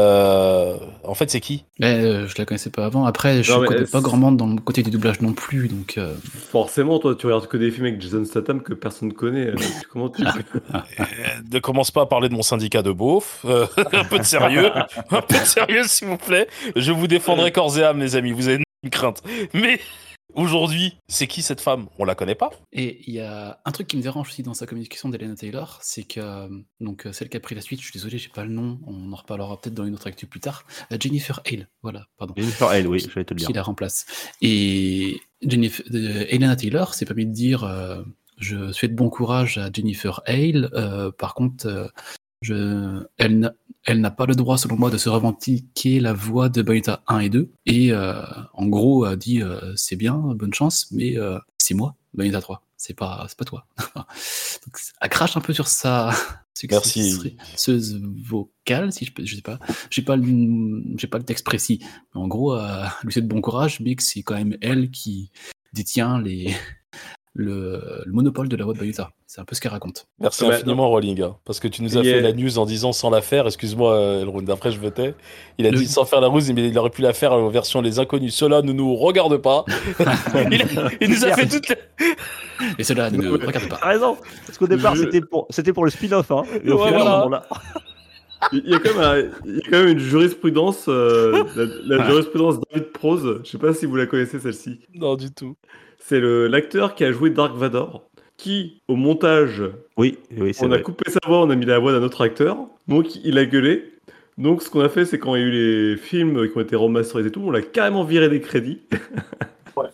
En fait, c'est qui? Je la connaissais pas avant. Après, je ne connais pas grand monde dans le côté du doublage non plus. Donc, forcément, toi, tu regardes que des films avec Jason Statham que personne ne connaît. Comment tu Ne commence pas à parler de mon syndicat de beauf. Un peu de sérieux. Un peu de sérieux, s'il vous plaît. Je vous défendrai corps et âme, les amis. Vous avez une crainte. Mais aujourd'hui, c'est qui cette femme? On la connaît pas. Et il y a un truc qui me dérange aussi dans sa communication d'Elena Taylor, c'est que celle qui a pris la suite, je suis désolé, j'ai pas le nom, on en reparlera peut-être dans une autre actu plus tard. Jennifer Hale, voilà, pardon. Jennifer Hale, oui, je vais te le dire. Qui la remplace. Et Elena Taylor s'est permis de dire je souhaite bon courage à Jennifer Hale. Par contre, elle n'a pas le droit, selon moi, de se revendiquer la voix de Bayonetta 1 et 2. Et en gros, a dit c'est bien, bonne chance, mais c'est moi, Bayonetta 3. C'est pas toi. Donc, elle crache un peu sur sa successeuse vocale, si je sais pas. J'ai pas le texte précis. Mais en gros, lui souhaite bon courage, mais que c'est quand même elle qui détient le monopole de la voix de Bayonetta. C'est un peu ce qu'elle raconte. Merci infiniment, Rolling, parce que tu nous as fait la news en disant sans la faire. Excuse-moi, Elrond, après je votais. Il a dit sans faire la ruse, mais il aurait pu la faire en version Les Inconnus. Cela ne nous regarde pas. il nous a fait toute Et cela ne nous regarde pas. T'as raison, parce qu'au départ, c'était pour le spin-off. Hein. Et au final, il y a quand même une jurisprudence, la jurisprudence David Prose. Je sais pas si vous la connaissez, celle-ci. Non, du tout. C'est l'acteur qui a joué Dark Vador, qui, au montage, on a coupé sa voix, on a mis la voix d'un autre acteur, donc il a gueulé. Donc ce qu'on a fait, c'est quand il y a eu les films qui ont été remasterisés et tout, on l'a carrément viré des crédits. Ouais.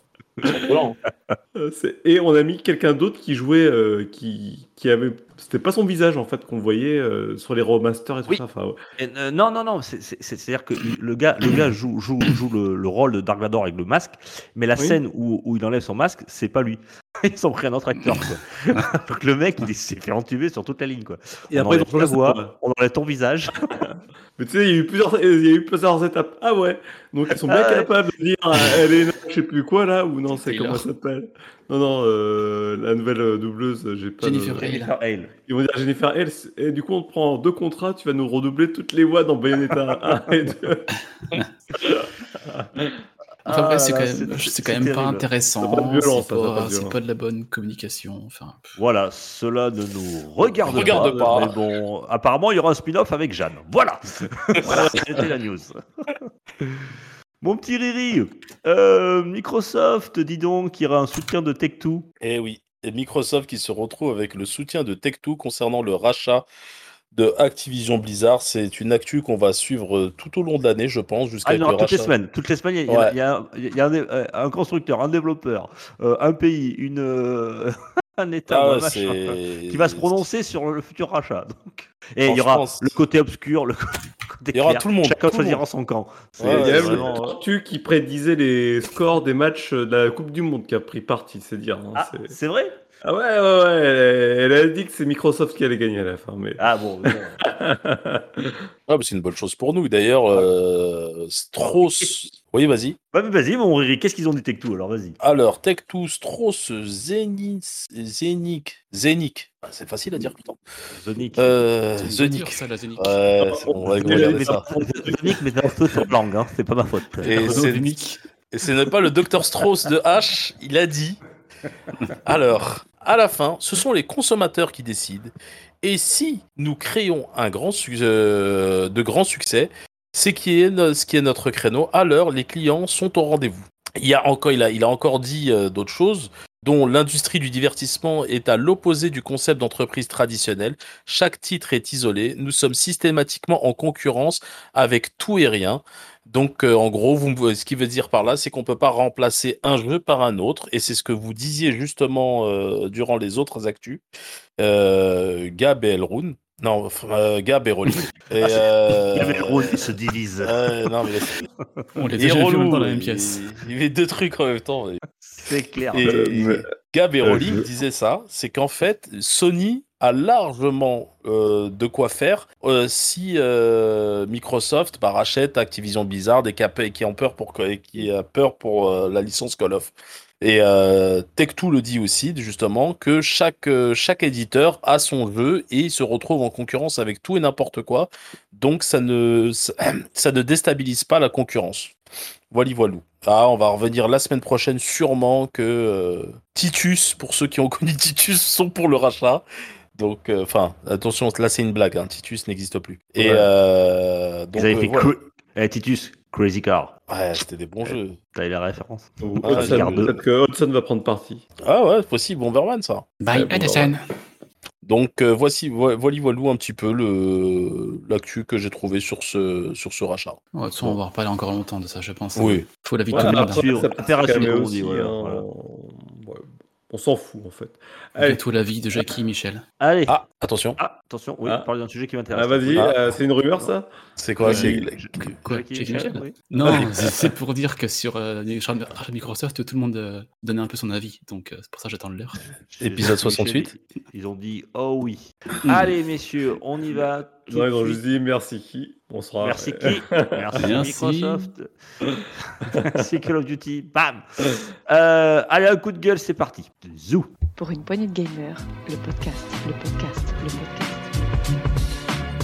Et on a mis quelqu'un d'autre qui jouait, qui avait... C'était pas son visage, en fait, qu'on voyait sur les remasters et tout ça. Enfin, non. C'est-à-dire que le gars joue le rôle de Dark Vador avec le masque, mais la scène où il enlève son masque, c'est pas lui. Ils ont pris un autre acteur, quoi. Donc le mec, il s'est fait entuber sur toute la ligne, quoi. Et On après, ils ont enlève ta changé sa voix, voix. on enlève ton visage. Mais tu sais, il y a eu plusieurs étapes. Ah ouais. Donc ils sont bien Ah ouais. capables de dire Elena, je sais plus quoi là, ou non, c'est Taylor. comment elle s'appelle. Non, la nouvelle doubleuse, j'ai pas Jennifer de... Hale. Jennifer Hale. Ils vont dire Jennifer Hale, et du coup on te prend 2 contrats, tu vas nous redoubler toutes les voix dans Bayonetta 1 et 2. Enfin bref, c'est Ah quand là, même, c'est c'est quand même pas terrible. intéressant. Ça porte violence, c'est ça porte pas, c'est violence. pas de la bonne communication. Enfin, Voilà, cela ne nous regarde, Regarde pas. Mais bon, apparemment, il y aura un spin-off avec Jeanne. Voilà. Voilà, c'était la news. Mon petit Riri, Microsoft, dis donc, qu'il y aura un soutien de Tech2. Eh oui, et Microsoft qui se retrouve avec le soutien de Tech2 concernant le rachat de Activision Blizzard. C'est une actu qu'on va suivre tout au long de l'année, je pense, jusqu'à Ah, il y en le aura toutes les rachat. semaines. Toutes les semaines, Ouais. il y a un constructeur, un développeur, un pays, un État, Ah ou un ouais, machin, c'est... qui va se prononcer sur le futur rachat. Donc. Et il y Franchement, aura le côté obscur, le côté Il y aura clair. tout le monde, Chacun tout le choisira monde. son camp. C'est Ouais, Il y a c'est même vraiment. le tortue qui prédisait les scores des matchs de la Coupe du Monde qui a pris parti, c'est dire. Hein, Ah, c'est vrai? Ah ouais, elle a dit que c'est Microsoft qui allait gagner à la fin, mais... Ah bon. Ah, bah, c'est une bonne chose pour nous. D'ailleurs, Strauss... Oui, vas-y. Ouais, mais vas-y, mon Riri, qu'est-ce qu'ils ont dit Tech2 alors, vas-y. Alors, Tech2, Strauss, Zenic. Ah, c'est facile à dire, putain. Zonic. c'est dur, Zenic. ça, la Zenic. Ouais, c'est bon, on va Mais regarder mais ça. Zonic, mais t'as un peu sur la langue, hein, c'est pas ma faute. Et Renaud c'est- Zenic. Et ce n'est pas le Dr Strauss de H, il a dit. Alors, à la fin, ce sont les consommateurs qui décident. Et si nous créons de grands succès, ce qui est notre créneau, alors les clients sont au rendez-vous. Il a encore dit d'autres choses, dont l'industrie du divertissement est à l'opposé du concept d'entreprise traditionnelle. Chaque titre est isolé. Nous sommes systématiquement en concurrence avec tout et rien. Donc, en gros, ce qui veut dire par là, c'est qu'on ne peut pas remplacer un jeu par un autre. Et c'est ce que vous disiez justement durant les autres actus. Gab et Elrond. Non, Gab et Rolly. Et, Il y avait le rôle qui se divise. non, mais On les a il est déjà vus relou, dans la même pièce. Il met 2 trucs en même temps. C'est clair. Et mais- Gab et Rolling je- disaient ça, c'est qu'en fait, Sony a largement de quoi faire si Microsoft rachète Activision Blizzard et qui a peur pour la licence Call of. Et Tech2 le dit aussi, justement, que chaque éditeur a son jeu et il se retrouve en concurrence avec tout et n'importe quoi. Donc ça ne déstabilise pas la concurrence. Voilou. Ah, on va revenir la semaine prochaine sûrement que Titus, pour ceux qui ont connu Titus, sont pour le rachat. Donc, attention, là c'est une blague, hein, Titus n'existe plus. Et donc, Ils avaient fait voilà. Titus, Crazy Car. Ouais, c'était des bons jeux. T'as eu la référence. Ou Ah, Hudson, regarde. peut-être que Hudson va prendre parti. Ah ouais, possible, Bomberman ça. Bye, bon, Edison. Donc voilou un petit peu l'actu que j'ai trouvé sur ce rachat. De toute façon, on va en reparler encore longtemps de ça, je pense. Oui. Faut la vie de Ouais, tout le monde. après, suivre. ça peut Affaire à se calmer suivre, on aussi, dit, voilà, hein, voilà. ouais, on s'en fout en fait. Allez, Bientôt la vie de Jackie et Michel. Allez. Ah, attention. Ah, attention, oui, Ah. parle d'un sujet qui m'intéresse. vas-y, Ah. c'est une rumeur ça? C'est quoi c'est... Quoi, Jackie Jackie Michel, Michel oui. Non, c'est pour dire que sur les rachats de Microsoft, tout le monde donnait un peu son avis. Donc, c'est pour ça que j'attends le leur. Épisode Jackie Michel, 68. Ils ont dit oh oui. Allez, messieurs, on y va. Tout Non, de ils ont suite. juste dit merci qui. On sera. Merci qui? Merci Merci. Microsoft. Merci Call of Duty. Bam. Allez, un coup de gueule, c'est parti. Zou. Pour une poignée de gamers, le podcast, le podcast, le podcast.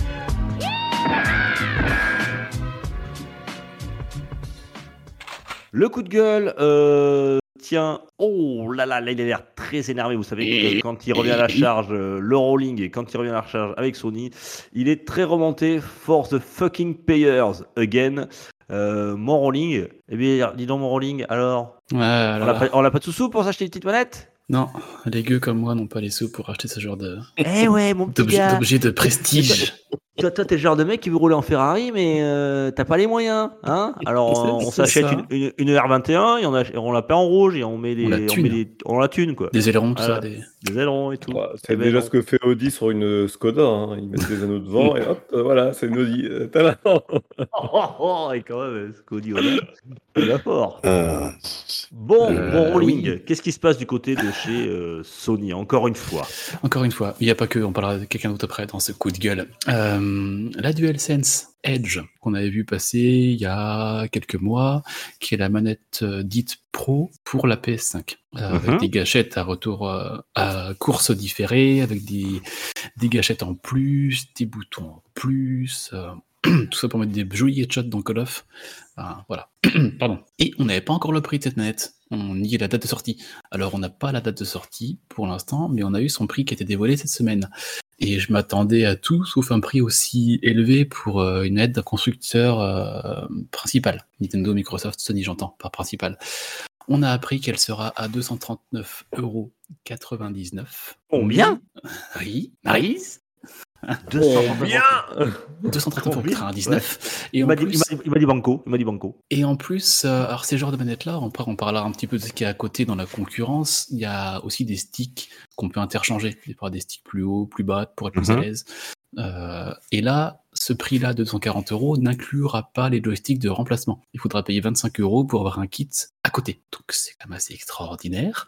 Le coup de gueule, tiens, oh là là, là, il a l'air très énervé. Vous savez que quand il revient à la charge, le rolling, et quand il revient à la charge avec Sony, il est très remonté. For the fucking payers again. Mon rolling, eh bien, dis donc mon rolling, alors, Ouais, alors, on n'a pas de sous-sous pour s'acheter des petites manettes? non, les gueux comme moi n'ont pas les sous pour acheter ce genre Eh ouais, mon petit gars. d'objets de prestige. toi, t'es le genre de mec qui veut rouler en Ferrari, mais t'as pas les moyens, hein? Alors, on C'est s'achète ça. une R21 et on la peint en rouge et on met On la thune. on la thune, quoi. Des ailerons, tout ça. Voilà. Des ailerons et tout. Ouais, Eh c'est ben déjà non. ce que fait Audi sur une Skoda, hein. Ils mettent des anneaux de vent et hop, voilà, c'est une Audi. Talent. Et quand même, ce qu'on dit, il va fort. Euh, Bon, Rolling, Oui. qu'est-ce qui se passe du côté de chez Sony, encore une fois? Encore une fois, il n'y a pas que, on parlera de quelqu'un d'autre après dans ce coup de gueule. La DualSense Edge qu'on avait vu passer il y a quelques mois, qui est la manette dite Pro pour la PS5, avec des gâchettes à retour à course différée, avec des gâchettes en plus, des boutons en plus, tout ça pour mettre des jolis headshots dans Call of. Voilà. Pardon. Et on n'avait pas encore le prix de cette manette. On y est la date de sortie. Alors on n'a pas la date de sortie pour l'instant, mais on a eu son prix qui a été dévoilé cette semaine. Et je m'attendais à tout sauf un prix aussi élevé pour une manette d'un constructeur principal. Nintendo, Microsoft, Sony, j'entends, pas principal. On a appris qu'elle sera à 239,99€. Combien? Oui, Nice. 239,99€. Et Il en m'a plus, dit banco. Il m'a dit banco. et en plus, alors ces genres de manettes-là, on parlera un petit peu de ce qu'il y a à côté dans la concurrence. Il y a aussi des sticks qu'on peut interchanger. Il y aura des sticks plus hauts, plus bas pour être plus à l'aise. Et là, ce prix-là de 240€ n'inclura pas les joysticks de remplacement. Il faudra payer 25€ pour avoir un kit à côté. Donc c'est quand même assez extraordinaire.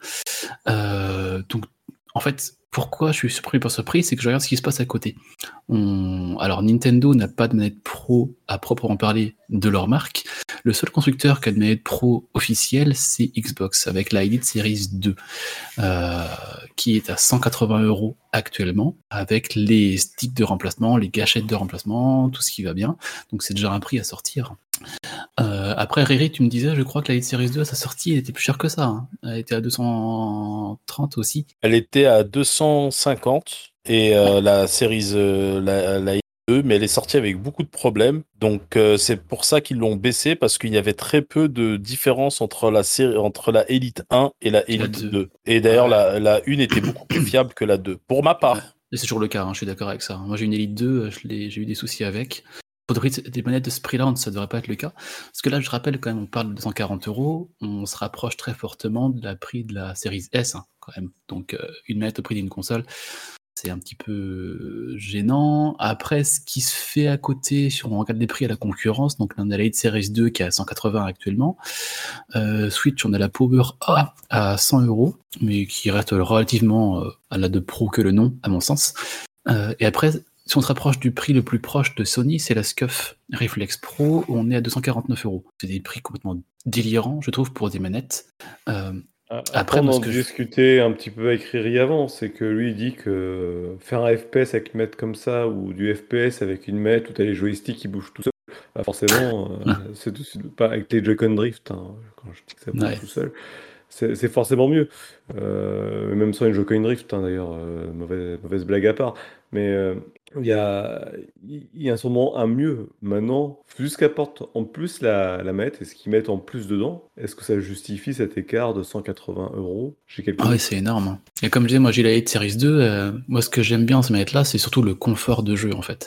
Donc en fait, pourquoi je suis surpris par ce prix, c'est que je regarde ce qui se passe à côté. Alors Nintendo n'a pas de manette pro à proprement parler de leur marque. Le seul constructeur qui a de manette pro officielle, c'est Xbox, avec la Elite Series 2, qui est à 180€ actuellement, avec les sticks de remplacement, les gâchettes de remplacement, tout ce qui va bien. Donc c'est déjà un prix à sortir. Après, Riri, tu me disais, je crois que la Elite Series 2 à sa sortie, elle était plus chère que ça. Hein. Elle était à 230 aussi. Elle était à 250 et la série la 2, mais elle est sortie avec beaucoup de problèmes. Donc c'est pour ça qu'ils l'ont baissé parce qu'il y avait très peu de différence entre la Elite 1 et la Elite 2. Et d'ailleurs la 1 était beaucoup plus fiable que la 2. Pour ma part. Et c'est toujours le cas, hein, je suis d'accord avec ça. Moi j'ai une Elite 2, j'ai eu des soucis avec. Des manettes de ce prix-là, ça ne devrait pas être le cas. Parce que là, je rappelle quand même, on parle de 240€, on se rapproche très fortement de la prix de la série S, hein, quand même. Donc, une manette au prix d'une console, c'est un petit peu gênant. Après, ce qui se fait à côté, si on regarde les prix à la concurrence, donc on a la Elite Series 2 qui est à 180 actuellement. Switch, on a la Power A à 100€, mais qui reste relativement à la de pro que le nom, à mon sens. Et après, si on se rapproche du prix le plus proche de Sony, c'est la SCUF Reflex Pro, où on est à 249€. C'est des prix complètement délirants, je trouve, pour des manettes. Après, on en discutait un petit peu avec Riri avant, c'est que lui, il dit que faire un FPS avec une manette comme ça, ou du FPS avec une manette où tu as les joysticks qui bougent tout seul, bah forcément, c'est pas avec les Joy-Con Drift, hein, quand je dis que ça bouge tout seul. C'est forcément mieux. Même sans une Joy-Con Drift, hein, d'ailleurs, mauvaise blague à part. Mais il y a sûrement un mieux. Maintenant, vu ce qu'apporte en plus la manette et ce qu'ils mettent en plus dedans, est-ce que ça justifie cet écart de 180€? Ah oui, c'est énorme. Hein. Et comme je disais, moi j'ai la Elite Series 2. Moi, ce que j'aime bien en cette manette-là, c'est surtout le confort de jeu, en fait.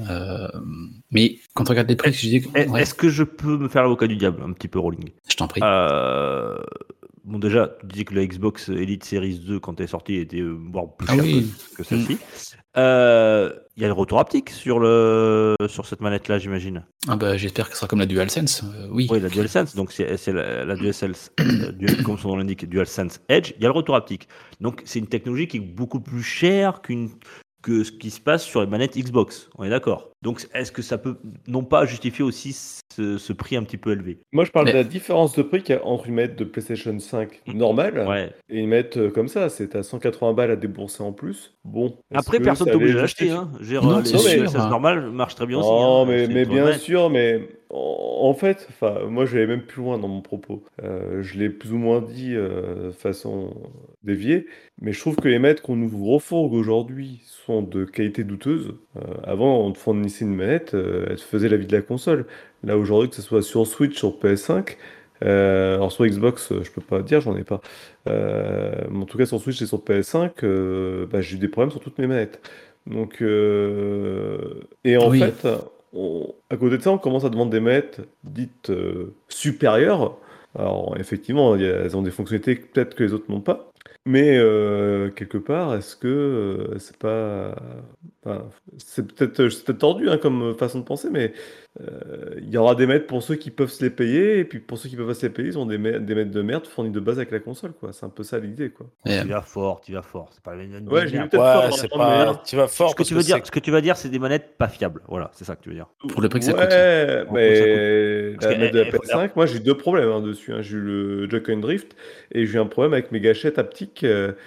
Mais quand on regarde les prix, je dis est-ce que je peux me faire l'avocat du diable un petit peu, Rolling? Je t'en prie. Bon, déjà, tu dis que la Xbox Elite Series 2, quand elle est sortie, était voire plus chère que celle-ci. Il y a le retour haptique sur cette manette-là, j'imagine. Ah bah, j'espère que ce sera comme la DualSense. Oui. Oui, la DualSense. Donc, c'est la DualSense, comme son nom l'indique, DualSense Edge. Il y a le retour haptique. Donc, c'est une technologie qui est beaucoup plus chère que ce qui se passe sur les manettes Xbox. On est d'accord. Donc, est-ce que ça peut non pas justifier aussi ce prix un petit peu élevé? Moi, je parle de la différence de prix qu'il y a entre une manette de PlayStation 5 normale et une manette comme ça. C'est à 180 balles à débourser en plus. Bon. Après, personne n'est obligé d'acheter. Hein. Les DualSense normales marchent très bien aussi. Non, mais bien sûr, mais en fait, moi, je vais même plus loin dans mon propos. Je l'ai plus ou moins dit de façon déviée, mais je trouve que les manettes qu'on nous refourgue aujourd'hui sont de qualité douteuse. Avant, on te fournissait une manette, elle te faisait la vie de la console. Là, aujourd'hui, que ce soit sur Switch, sur PS5, alors sur Xbox, je peux pas dire, j'en ai pas. Mais en tout cas, sur Switch et sur PS5, j'ai eu des problèmes sur toutes mes manettes. Donc, Et en Oui. fait, à côté de ça, on commence à demander des manettes dites supérieures. Alors, effectivement, elles ont des fonctionnalités que peut-être que les autres n'ont pas. Mais quelque part, est-ce que c'est pas. Enfin, c'est peut-être tordu comme façon de penser, mais il y aura des manettes pour ceux qui peuvent se les payer, et puis pour ceux qui peuvent pas se les payer, ils ont des manettes de merde fournies de base avec la console, quoi. C'est un peu ça l'idée, quoi. Et, Tu vas fort, tu vas fort. C'est pas une Ouais, bonne j'ai eu merde. peut-être Ouais, fort, c'est hein, pas. Tu vas fort Ce que parce tu que veux dire, c'est. ce que tu vas dire, c'est des manettes pas fiables. Voilà, c'est ça que tu veux dire. pour le prix que ça coûte. Ouais, Pour que ça coûte. mais Parce la que, manette de la faut- PS5, moi j'ai eu deux problèmes dessus, hein. J'ai eu le Joy-Con Drift et j'ai eu un problème avec mes gâchettes haptiques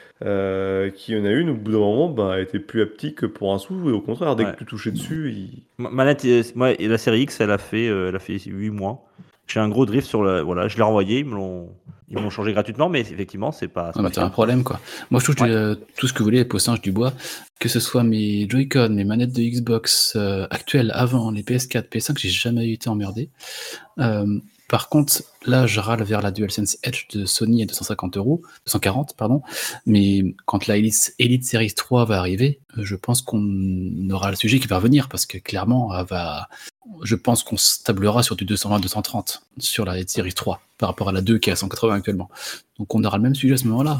qui en a une, au bout d'un moment, bah, elle était plus haptique pour un sou et au contraire, dès Ouais. que tu touchais dessus, Manette, moi, et la série X, elle a fait 8 mois. J'ai un gros drift sur le. Voilà, je l'ai renvoyé, ils me l'ont changé gratuitement, mais effectivement, c'est pas Ah bah, t'as un fiable. problème, quoi. Moi, je touche Ouais. tout ce que vous voulez, pour singe du bois, que ce soit mes Joy-Con, mes manettes de Xbox actuelles, avant, les PS4, PS5, j'ai jamais été emmerdé. Par contre, là, je râle vers la DualSense Edge de Sony à 240 pardon. Mais quand la Elite Series 3 va arriver, je pense qu'on aura le sujet qui va revenir, parce que clairement, je pense qu'on se tablera sur du 220-230 sur la Elite Series 3 par rapport à la 2 qui est à 180 actuellement. Donc on aura le même sujet à ce moment-là.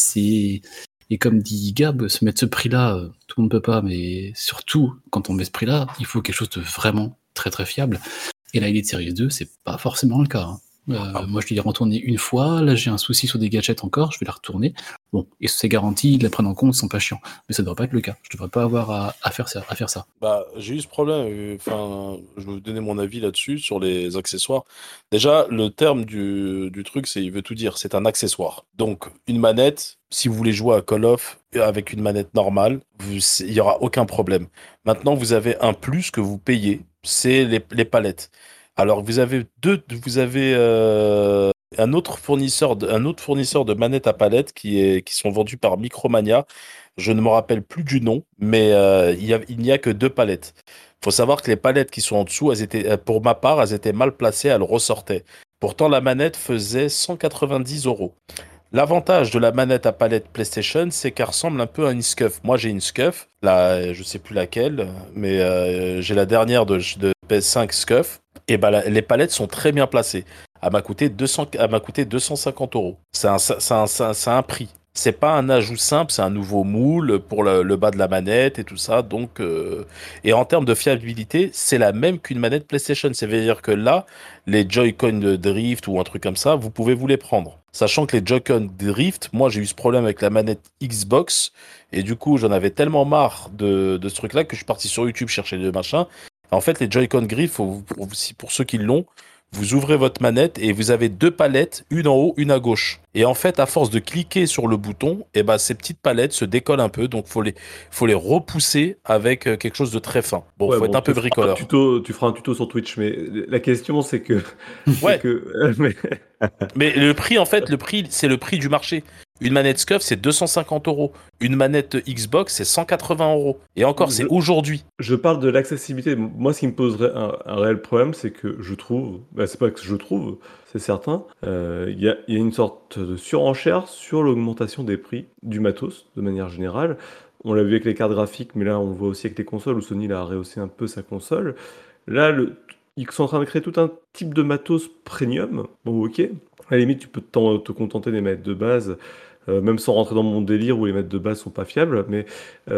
Et comme dit Gab, se mettre ce prix-là, tout le monde ne peut pas, mais surtout, quand on met ce prix-là, il faut quelque chose de vraiment très très fiable. Et la Elite Series 2, c'est pas forcément le cas. Moi, je l'ai retourné une fois. Là, j'ai un souci sur des gadgets encore. Je vais la retourner. Bon, et c'est garanti, ils la prennent en compte, ils sont pas chiants. Mais ça devrait pas être le cas. Je devrais pas avoir à faire ça. Bah, j'ai eu ce problème. Enfin, je vais vous donner mon avis là-dessus sur les accessoires. Déjà, le terme du truc, il veut tout dire. C'est un accessoire. Donc, une manette, si vous voulez jouer à Call of avec une manette normale, il y aura aucun problème. Maintenant, vous avez un plus que vous payez, c'est les palettes. Alors, vous avez un autre fournisseur de manettes à palettes qui sont vendues par Micromania. Je ne me rappelle plus du nom, mais il n'y a que 2 palettes. Il faut savoir que les palettes qui sont en dessous, pour ma part, elles étaient mal placées, elles ressortaient. Pourtant, la manette faisait 190 €. L'avantage de la manette à palette PlayStation, c'est qu'elle ressemble un peu à une SCUF. Moi, j'ai une SCUF, là, je sais plus laquelle, mais j'ai la dernière de PS5 SCUF. Et ben, les palettes sont très bien placées. Elle m'a coûté 250 €. C'est un prix. C'est pas un ajout simple, c'est un nouveau moule pour le bas de la manette et tout ça. Donc, et en termes de fiabilité, c'est la même qu'une manette PlayStation. C'est-à-dire que là, les Joy-Con de Drift ou un truc comme ça, vous pouvez vous les prendre. Sachant que les Joy-Con Drift, moi j'ai eu ce problème avec la manette Xbox, et du coup j'en avais tellement marre de ce truc-là que je suis parti sur YouTube chercher le machin. En fait, les Joy-Con Drift, pour ceux qui l'ont, vous ouvrez votre manette et vous avez 2 palettes, une en haut, une à gauche. Et en fait, à force de cliquer sur le bouton, et ben, ces petites palettes se décollent un peu, donc faut les repousser avec quelque chose de très fin. Bon, ouais, faut être un peu tu feras bricoleur. tu feras un tuto sur Twitch, mais la question c'est que. Ouais. Mais- Mais le prix, en fait, c'est le prix du marché. Une manette SCUF, c'est 250 €. Une manette Xbox, c'est 180 €. Et encore, c'est aujourd'hui. Je parle de l'accessibilité. Moi, ce qui me poserait un réel problème, c'est que je trouve, c'est pas que je trouve, c'est certain, il y a une sorte de surenchère sur l'augmentation des prix du matos, de manière générale. On l'a vu avec les cartes graphiques, mais là, on le voit aussi avec les consoles, où Sony a rehaussé un peu sa console. Là, ils sont en train de créer tout un type de matos premium. Bon, ok. À la limite, tu peux te contenter des manettes de base, même sans rentrer dans mon délire où les manettes de base sont pas fiables. Mais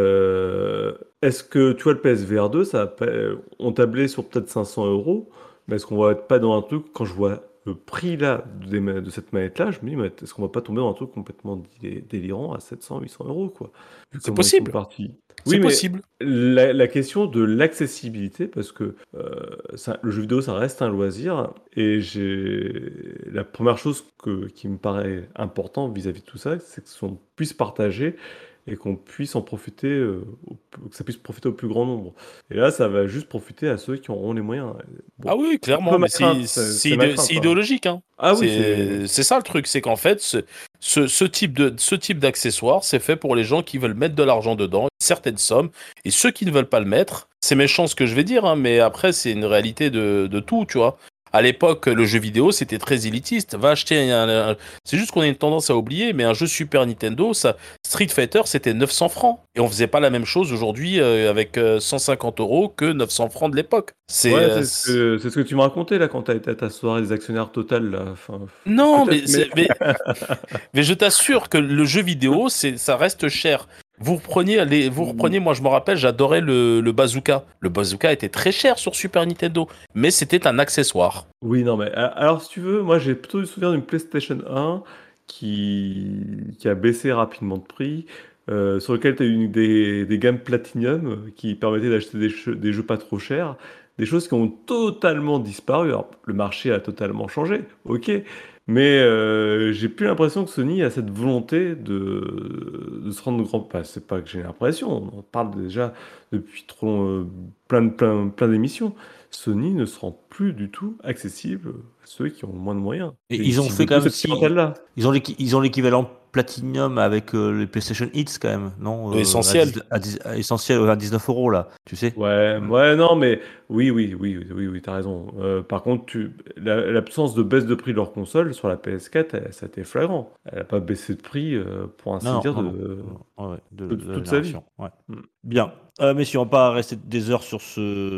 est-ce que, tu vois, le PSVR 2, on tablait sur peut-être 500 €, mais est-ce qu'on va être pas dans un truc, quand je vois le prix là de cette manette-là, je me dis, mais est-ce qu'on va pas tomber dans un truc complètement délirant à 700-800 € quoi, vu C'est comment ils sont possible. partis. C'est Oui, mais possible. la question de l'accessibilité, parce que le jeu vidéo, ça reste un loisir, et la première chose qui me paraît important vis-à-vis de tout ça, c'est qu'on puisse partager et qu'on puisse en profiter, que ça puisse profiter au plus grand nombre. Et là, ça va juste profiter à ceux qui auront les moyens. Bon, Ah oui, c'est un clairement, peu ma mais crainte, c'est ma crainte, c'est hein. idéologique, hein. Ah oui, C'est ça le truc, c'est qu'en fait, ce type d'accessoire, c'est fait pour les gens qui veulent mettre de l'argent dedans, une certaine somme, et ceux qui ne veulent pas le mettre, c'est méchant ce que je vais dire, hein, mais après, c'est une réalité de tout, tu vois. À l'époque, le jeu vidéo, c'était très élitiste. Va acheter c'est juste qu'on a une tendance à oublier, mais un jeu Super Nintendo, Street Fighter, c'était 900 francs. Et on faisait pas la même chose aujourd'hui avec 150 € que 900 francs de l'époque. Ouais, c'est ce que tu me racontais là quand t'as été à ta soirée des actionnaires Total là. Enfin, Non, peut-être, mais mais je t'assure que le jeu vidéo, ça reste cher. Vous reprenez, moi je me rappelle, j'adorais le bazooka. Le bazooka était très cher sur Super Nintendo, mais c'était un accessoire. oui, non, mais alors si tu veux, moi j'ai plutôt le souvenir d'une PlayStation 1 qui a baissé rapidement de prix, sur lequel tu as eu des gammes Platinum qui permettaient d'acheter des jeux pas trop chers, des choses qui ont totalement disparu. Alors, le marché a totalement changé, ok, mais j'ai plus l'impression que Sony a cette volonté de se rendre grand. Enfin, c'est pas que j'ai l'impression, on en parle déjà depuis plein d'émissions. Sony ne se rend plus du tout accessible à ceux qui ont moins de moyens. Et Et ils ont ciblent fait quand plus même cette clientèle-là. ils ont l'équivalent Platinum avec les PlayStation Hits quand même, non? Essentiel. Essentiel à 19 € là, tu sais. Ouais, ouais, non, mais oui, t'as raison. Par contre, l'absence de baisse de prix de leur console sur la PS4, ça a été flagrant. Elle n'a pas baissé de prix, pour ainsi Non, dire, non, non. Ouais, de toute la sa vie. génération. Ouais. Mm. Bien. Messieurs, on va pas rester des heures sur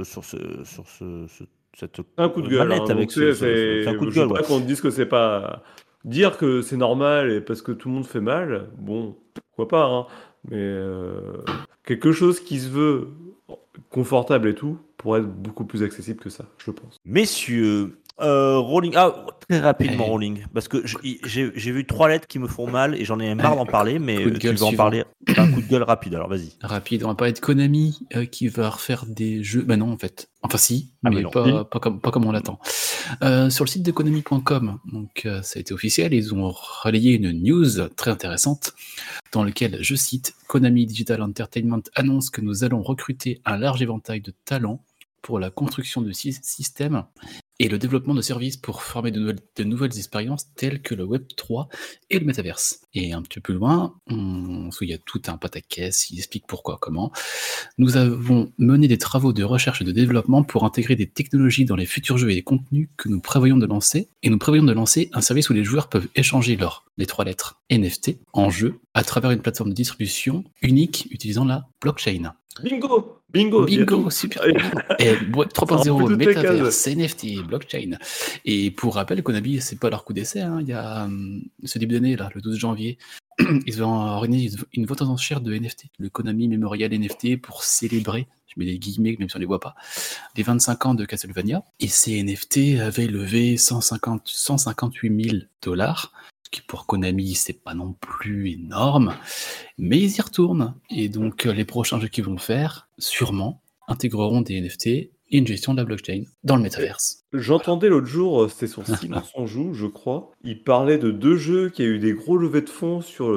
cette Un coup de gueule, manette hein, avec donc tu sais, c'est un coup de je veux gueule, ouais. pas qu'on dise que c'est pas. Dire que c'est normal et parce que tout le monde fait mal, bon, pourquoi pas, hein. Mais quelque chose qui se veut confortable et tout pourrait être beaucoup plus accessible que ça, je pense. Messieurs, Rolling. Ah, très rapidement, Allez. Rolling. Parce que j'ai vu 3 lettres qui me font mal et j'en ai marre d'en parler, mais Coup de tu gueule vas en suivant. parler. T'as un coup de gueule rapide, alors vas-y. Rapide, on va parler de Konami qui va refaire des jeux. Bah non, en fait. Enfin, si, Ah, mais mais non. pas comme on l'attend. Sur le site de Konami.com, donc ça a été officiel, ils ont relayé une news très intéressante dans laquelle, je cite, Konami Digital Entertainment annonce que nous allons recruter un large éventail de talents pour la construction de systèmes et le développement de services pour former de nouvelles expériences telles que le Web 3 et le Metaverse. Et un petit peu plus loin, il y a tout un pataquès, il explique pourquoi, comment. Nous avons mené des travaux de recherche et de développement pour intégrer des technologies dans les futurs jeux et les contenus que nous prévoyons de lancer. Et nous prévoyons de lancer un service où les joueurs peuvent échanger les 3 lettres NFT en jeu à travers une plateforme de distribution unique utilisant la blockchain. Bingo! Bingo! il y a Bingo, tout. super. Allez. Et Ça remplit 3.0, toutes les Metaverse, NFT, blockchain. Et pour rappel, Konami, c'est pas leur coup d'essai. Hein. Il y a ce début d'année, là, le 12 janvier, ils ont organisé une vente aux enchères de NFT, le Konami Memorial NFT, pour célébrer, je mets des guillemets même si on les voit pas, les 25 ans de Castlevania. Et ces NFT avaient levé 158 000 $, ce qui pour Konami, c'est pas non plus énorme, mais ils y retournent. Et donc, les prochains jeux qu'ils vont faire, sûrement, intégreront des NFT et une gestion de la blockchain dans le métaverse. J'entendais l'autre jour, c'était sur Silence on Joue, je crois. Il parlait de 2 jeux qui a eu des gros levées de fonds sur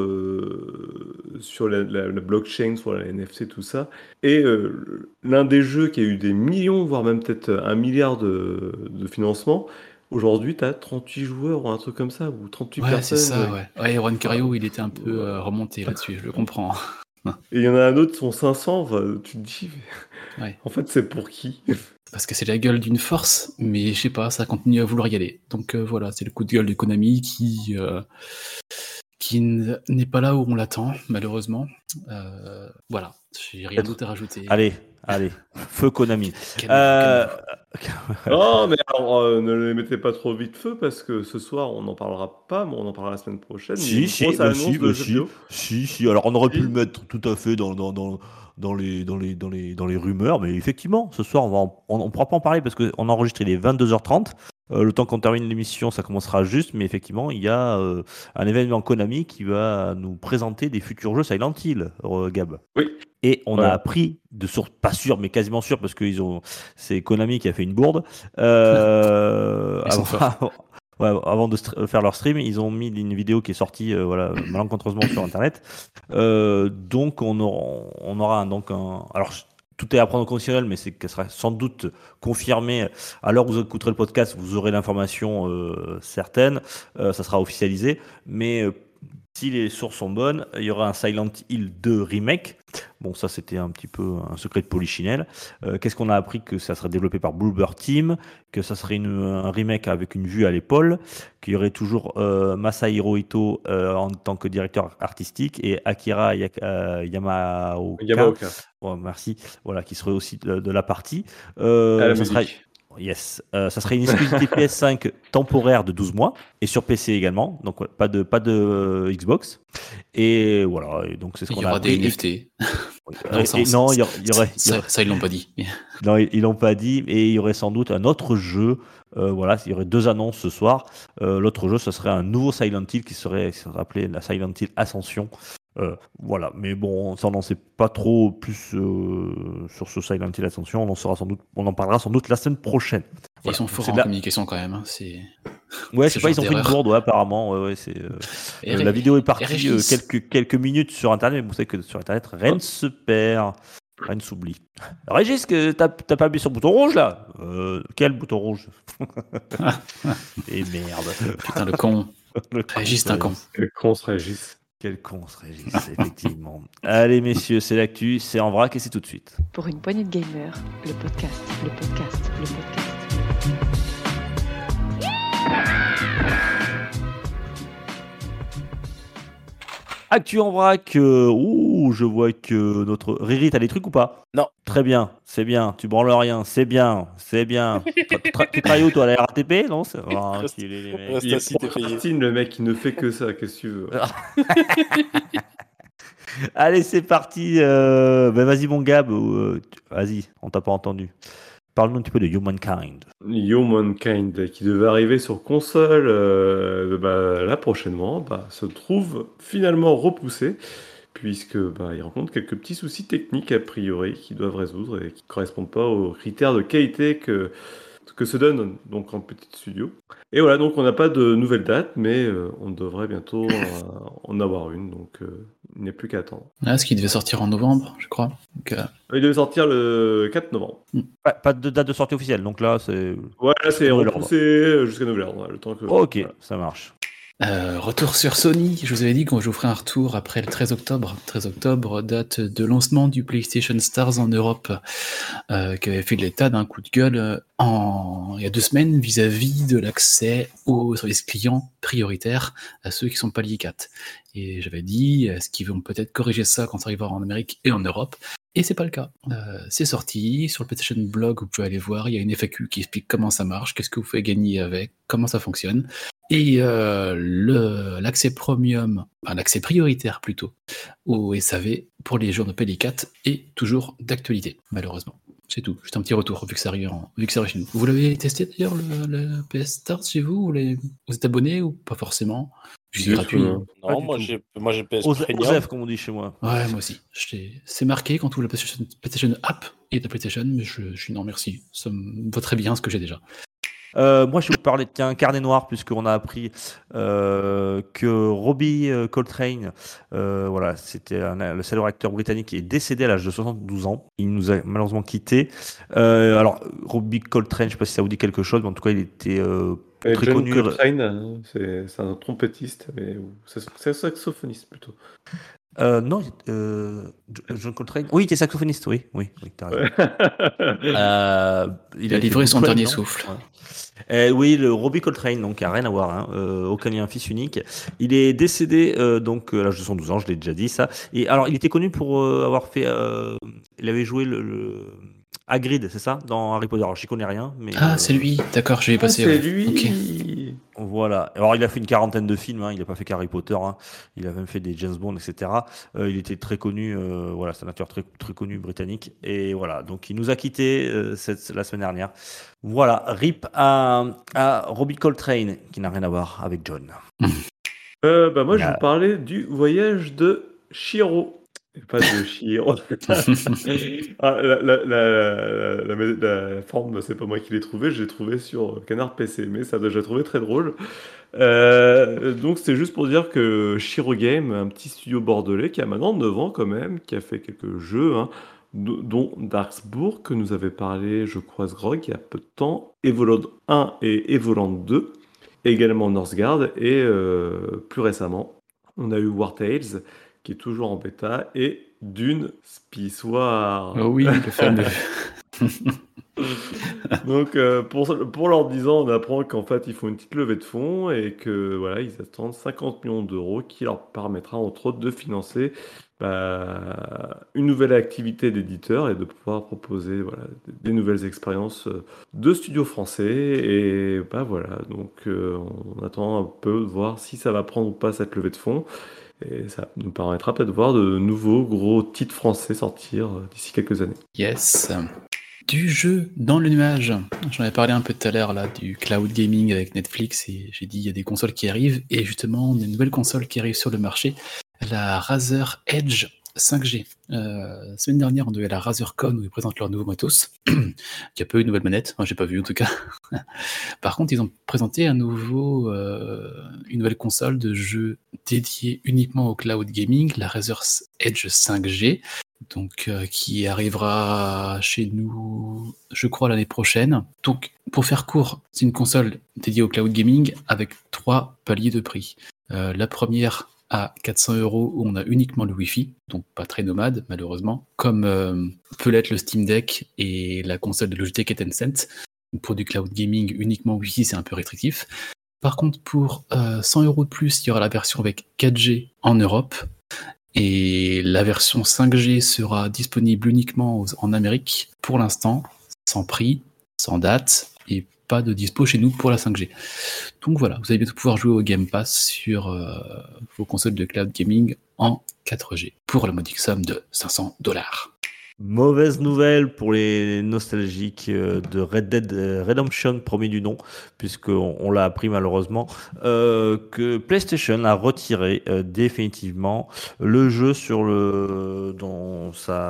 la blockchain, sur la NFT, tout ça. Et l'un des jeux qui a eu des millions, voire même peut-être 1 milliard de financement. Aujourd'hui, tu as 38 joueurs ou un truc comme ça, ou 38 Ouais, personnes. c'est ça, ouais. Ouais, Juan Cario, il était un peu remonté là-dessus, je le comprends. Et il y en a un autre, sont 500. Enfin, tu te dis, Ouais. en fait, c'est pour qui? Parce que c'est la gueule d'une force, mais je sais pas, ça continue à vouloir y aller. Donc voilà, c'est le coup de gueule de Konami qui n'est pas là où on l'attend, malheureusement. Voilà, j'ai rien d'autre à rajouter. Allez, feu Konami. Calmez-vous. Non, mais alors, ne les mettez pas trop vite feu parce que ce soir, on n'en parlera pas, mais on en parlera la semaine prochaine. Il y a une grosse annonce de jeux vidéo. Si. Alors, on aurait pu Si. le mettre tout à fait dans les rumeurs, mais effectivement, ce soir, on pourra pas en parler parce qu'on a enregistré les 22h30. Le temps qu'on termine l'émission, ça commencera juste, mais effectivement, il y a un événement Konami qui va nous présenter des futurs jeux Silent Hill, Gab. Oui. Et on a Voilà. appris de source, pas sûr, mais quasiment sûr, parce que c'est Konami qui a fait une bourde. Ils sont Avant de faire leur stream, ils ont mis une vidéo qui est sortie malencontreusement sur Internet. Donc on aura un. Alors tout est à prendre au conditionnel, mais ça sera sans doute confirmé. À l'heure où vous écouterez le podcast, vous aurez l'information certaine. Ça sera officialisé. Mais si les sources sont bonnes, il y aura un Silent Hill 2 remake. Bon, ça c'était un petit peu un secret de Polichinelle. Qu'est-ce qu'on a appris? Que ça serait développé par Bloober Team, que ça serait un remake avec une vue à l'épaule, qu'il y aurait toujours Masahiro Ito en tant que directeur artistique et Akira Yamaoka. Yamaoka. Oh, merci. Voilà, qui serait aussi de la partie. À la Ça sera, musique. yes, ça serait une exclusivité PS5 temporaire de 12 mois et sur PC également. Donc ouais, pas de Xbox. Et voilà. Et donc c'est ce Il qu'on y a aura des appris. NFT. Non, il y aurait. Ça, ils l'ont pas dit. Non, ils l'ont pas dit, et il y aurait sans doute un autre jeu. Voilà, il y aurait 2 annonces ce soir. L'autre jeu, ce serait un nouveau Silent Hill qui serait appelé la Silent Hill Ascension. Voilà, mais bon, ça on n'en sait pas trop plus sur ce Silent Hill Ascension. On en parlera sans doute la semaine prochaine. Ils sont forts C'est en la- communication quand même. Hein. C'est Ouais, je ce sais pas, ils genre ont fait une d'erreur. bourde, ouais, apparemment. Ouais, c'est, Et la vidéo est partie Régis. quelques minutes sur Internet, mais vous savez que sur Internet, rien ne se perd, rien ne s'oublie. Régis, que t'as pas appuyé sur le bouton rouge là? Quel bouton rouge? Et merde. Putain, le con. Le con, Régis, c'est un con. Quel con ce Régis. Quel con ce Régis, effectivement. Allez messieurs, c'est l'actu, c'est en vrac et c'est tout de suite. Pour une poignée de gamers, le podcast, le podcast, le podcast. Actu en vrac, je vois que notre Riri, t'as des trucs ou pas? Non. Très bien, c'est bien, tu branles rien, c'est bien, c'est bien. Tu travailles où toi, à la RATP? Non, c'est... Oh, enculé, les mecs. Reste Il assis, t'es payé. procrastine, le mec, il ne fait que ça. Qu'est-ce que tu veux? Allez, c'est parti. Vas-y, mon Gab. Vas-y, on t'a pas entendu. Parle-nous un petit peu de Humankind. Humankind, qui devait arriver sur console là prochainement, se trouve finalement repoussé, puisque il rencontre quelques petits soucis techniques a priori qu'ils doivent résoudre et qui ne correspondent pas aux critères de qualité que se donne donc en petit studio. Et voilà, donc on n'a pas de nouvelle date, mais on devrait bientôt en avoir une, donc il n'est plus qu'à attendre. Là, ce qui devait sortir en novembre, je crois. Donc, Il devait sortir le 4 novembre. Pas de date de sortie officielle, donc là, c'est... Ouais, là c'est Nouvel ordre. repoussé jusqu'à nouvel ordre, le temps que... Ok, voilà. ça marche. retour sur Sony. Je vous avais dit qu'on je vous ferai un retour après le 13 octobre. 13 octobre, date de lancement du PlayStation Stars en Europe, qui avait fait l'état d'un coup de gueule il y a 2 semaines vis-à-vis de l'accès aux services clients prioritaires à ceux qui sont palier 4. Et j'avais dit, est-ce qu'ils vont peut-être corriger ça quand ça arrivera en Amérique et en Europe? Et c'est pas le cas. C'est sorti sur le PlayStation Blog, vous pouvez aller voir, il y a une FAQ qui explique comment ça marche, qu'est-ce que vous pouvez gagner avec, comment ça fonctionne. Et l'accès premium, enfin l'accès prioritaire plutôt, au SAV pour les jours de PL4 est toujours d'actualité, malheureusement. C'est tout, juste un petit retour, vu que ça arrive chez nous. Vous l'avez testé d'ailleurs, le PS Stars chez vous? Vous êtes abonné ou pas forcément? C'est gratuit. Non, moi j'ai PS Premium. Osef, comme on dit chez moi. Ouais, moi aussi. C'est marqué quand on ouvre la PlayStation App et la PlayStation, mais je suis non merci. Ça me va très bien ce que j'ai déjà. Moi, je vais vous parler de Carnet Noir, puisqu'on a appris que Robbie Coltrane, voilà, c'était le célèbre acteur britannique qui est décédé à l'âge de 72 ans. Il nous a malheureusement quittés. Alors, Robbie Coltrane, je ne sais pas si ça vous dit quelque chose, mais en tout cas, il était très John connu. Coltrane, c'est un trompettiste, mais c'est un saxophoniste plutôt. Non, John Coltrane. Oui, il était saxophoniste, oui, t'as raison. Il a livré son Coltrane, dernier non souffle. Oui, le Robbie Coltrane, donc qui n'a rien à voir, hein, aucun lien, fils unique. Il est décédé donc à l'âge de 112 ans, je l'ai déjà dit ça. Et alors, il était connu pour avoir fait, il avait joué le Hagrid, c'est ça, dans Harry Potter. Alors, j'y connais rien, mais C'est lui, d'accord, je vais y passer. c'est ouais. lui. Ok. voilà. Alors, il a fait une quarantaine de films, hein. Il n'a pas fait qu'Harry Potter, hein. Il a même fait des James Bond, etc. Il était très connu, voilà, c'est un acteur très, très connu britannique. Et voilà, donc il nous a quittés la semaine dernière. Voilà, RIP à Robbie Coltrane, qui n'a rien à voir avec John. Moi, je vais vous parler du voyage de Chihiro. Et pas de Chihiro. La forme, c'est pas moi qui l'ai trouvé, je l'ai trouvé sur Canard PC, mais ça, je l'ai trouvé très drôle. Donc, c'est juste pour dire que Chihiro Game, un petit studio bordelais qui a maintenant 9 ans quand même, qui a fait quelques jeux, hein, dont Darksburg, que nous avait parlé, je crois, Grog, il y a peu de temps, Evoland 1 et Evoland 2, également Northgard, et plus récemment, On a eu War Tales, qui est toujours en bêta, et Dune Space War. Oh oui, le fameux. Donc, pour leur 10 ans, on apprend qu'en fait, ils font une petite levée de fonds et que voilà, ils attendent 50 millions d'euros qui leur permettra, entre autres, de financer une nouvelle activité d'éditeur et de pouvoir proposer voilà, des nouvelles expériences de studios français. Et voilà, donc on attend un peu de voir si ça va prendre ou pas cette levée de fonds. Et ça nous permettra peut-être de voir de nouveaux gros titres français sortir d'ici quelques années. Yes. Du jeu dans le nuage. J'en avais parlé un peu tout à l'heure là du cloud gaming avec Netflix et j'ai dit il y a des consoles qui arrivent et justement on a une nouvelle console qui arrive sur le marché, la Razer Edge 5G. Semaine dernière on devait à la RazerCon où ils présentent leur nouveau matos. Il y a pas eu de nouvelle manette, j'ai pas vu en tout cas. Par contre ils ont présenté une nouvelle console de jeu dédiée uniquement au cloud gaming, la Razer Edge 5G. Donc, qui arrivera chez nous, je crois, l'année prochaine. Donc, pour faire court, c'est une console dédiée au cloud gaming avec 3 paliers de prix. La première à 400 € où on a uniquement le Wi-Fi, donc pas très nomade malheureusement, comme peut l'être le Steam Deck et la console de Logitech et Tencent. Pour du cloud gaming uniquement Wi-Fi, c'est un peu restrictif. Par contre, pour 100 € de plus, il y aura la version avec 4G en Europe. Et la version 5G sera disponible uniquement en Amérique pour l'instant, sans prix, sans date et pas de dispo chez nous pour la 5G. Donc voilà, vous allez bientôt pouvoir jouer au Game Pass sur vos consoles de cloud gaming en 4G pour la modique somme de $500. Mauvaise nouvelle pour les nostalgiques de Red Dead Redemption, premier du nom, puisqu'on l'a appris malheureusement, que PlayStation a retiré définitivement le jeu dans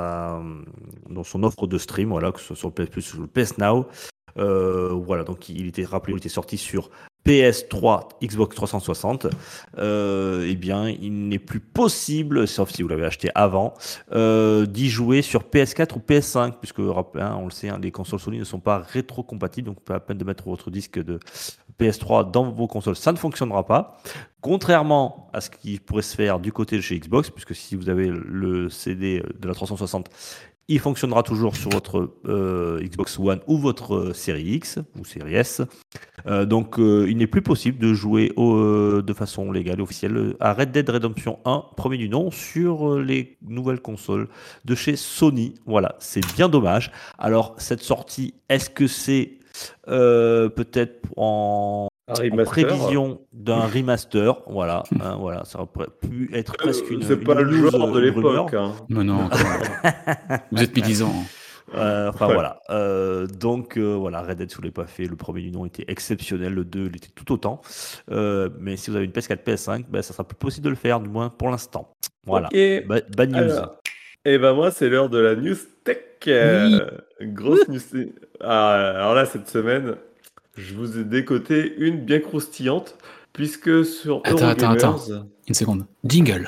son offre de stream, voilà, que ce soit sur le PS Plus ou le PS Now. Voilà, donc il était sorti sur PS3, Xbox 360. Eh bien, il n'est plus possible, sauf si vous l'avez acheté avant, d'y jouer sur PS4 ou PS5, puisque on le sait, les consoles Sony ne sont pas rétro-compatibles, donc pas la peine de mettre votre disque de PS3 dans vos consoles, ça ne fonctionnera pas. Contrairement à ce qui pourrait se faire du côté de chez Xbox, puisque si vous avez le CD de la 360, il fonctionnera toujours sur votre Xbox One ou votre Série X ou Série S. Donc, il n'est plus possible de jouer de façon légale et officielle à Red Dead Redemption 1, premier du nom, sur les nouvelles consoles de chez Sony. Voilà, c'est bien dommage. Alors, cette sortie, est-ce que c'est peut-être en prévision d'un remaster, voilà, voilà, ça aurait pu être presque une. C'est pas le genre de l'époque. Non, vous êtes médisant. Enfin voilà. Donc voilà, Red Dead, si vous ne l'avez pas fait, le premier du nom était exceptionnel, le 2 il était tout autant. Mais si vous avez une PS4, PS5, ça sera plus possible de le faire, du moins pour l'instant. Voilà. Okay. Bad news. Et moi, c'est l'heure de la news tech. Oui. Grosse news. Alors là, cette semaine, je vous ai décoté une bien croustillante, puisque sur Eurogamers... Attends. Une seconde. Jingle.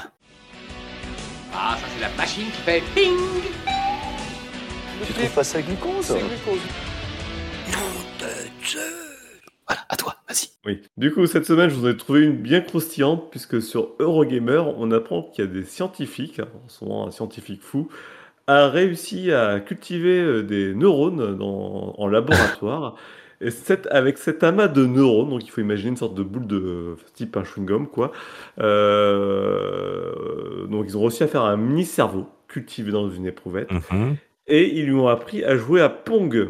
Ah, ça c'est la machine qui fait ping. Tu trouves pas ça glucose? Voilà, à toi, vas-y. Oui. Du coup, cette semaine, je vous ai trouvé une bien croustillante, puisque sur Eurogamer, on apprend qu'il y a des scientifiques, en ce moment un scientifique fou, a réussi à cultiver des neurones en laboratoire. Et avec cet amas de neurones, donc il faut imaginer une sorte de boule de type un chewing-gum, quoi. Donc ils ont réussi à faire un mini-cerveau cultivé dans une éprouvette. Et ils lui ont appris à jouer à Pong.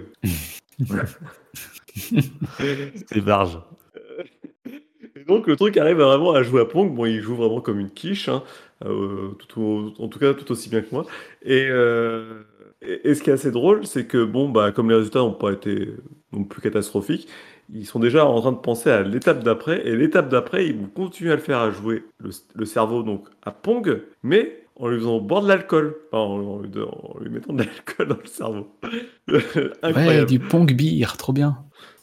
C'est barge. Et donc le truc arrive vraiment à jouer à Pong. Bon, il joue vraiment comme une quiche, hein, en tout cas tout aussi bien que moi. Et ce qui est assez drôle, c'est que comme les résultats n'ont pas été non plus catastrophiques, ils sont déjà en train de penser à l'étape d'après. Et l'étape d'après, ils vont continuer à le faire à jouer le cerveau donc à Pong, mais en lui faisant boire de l'alcool, en lui mettant de l'alcool dans le cerveau. Incroyable. Ouais, du Pong beer, trop bien.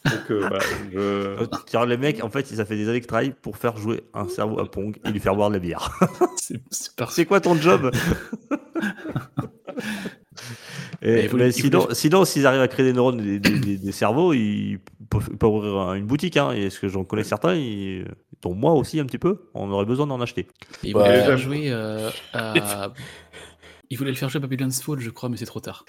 Donc, les mecs, en fait, ça fait des années qu'ils travaillent pour faire jouer un cerveau à Pong et lui faire boire de la bière. C'est quoi ton job? Sinon, s'ils arrivent à créer des neurones, des cerveaux, ils peuvent ouvrir une boutique. Est-ce que j'en connais certains qui dont moi aussi un petit peu, on aurait besoin d'en acheter. Il voulait Ouais. le faire jouer à... Il voulait le faire jouer à Babylon's Fall, je crois, mais c'est trop tard.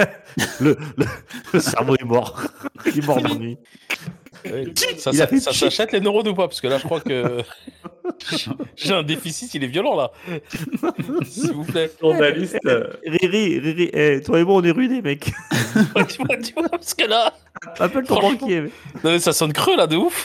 Le cerveau est mort. Il est mort d'ennui. Ouais. Ça, Il a fait ça chier. s'achète les neurones ou pas? Parce que là, je crois que j'ai un déficit, il est violent là. S'il vous plaît. Journaliste, Riri, toi et moi on est ruinés, mec. Tu vois, parce que là, Appelle ton Franchement. banquier. Mec. non, mais ça sonne creux là, de ouf.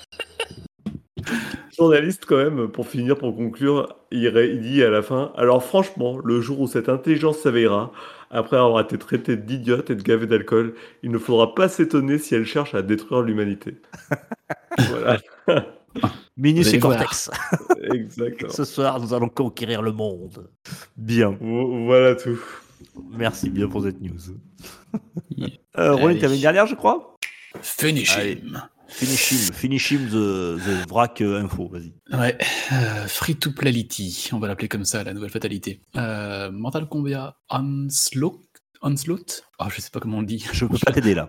journaliste quand même, pour finir, pour conclure, il dit à la fin, alors franchement, le jour où cette intelligence s'éveillera, après avoir été traitée d'idiote et de gavée d'alcool, il ne faudra pas s'étonner si elle cherche à détruire l'humanité. Voilà, Minus Vous allez et voir. Cortex. exactement. Ce soir, nous allons conquérir le monde. Bien. Voilà tout. Merci bien pour cette news. Yeah. Roland, Allez. t'avais une dernière, je crois. Finish Allez. him. Finish him the vrac info, vas-y. Ouais, Free to Playality, on va l'appeler comme ça, la nouvelle fatalité. Mortal Kombat Onslaught. Ah, je sais pas comment on le dit. Je peux pas t'aider là.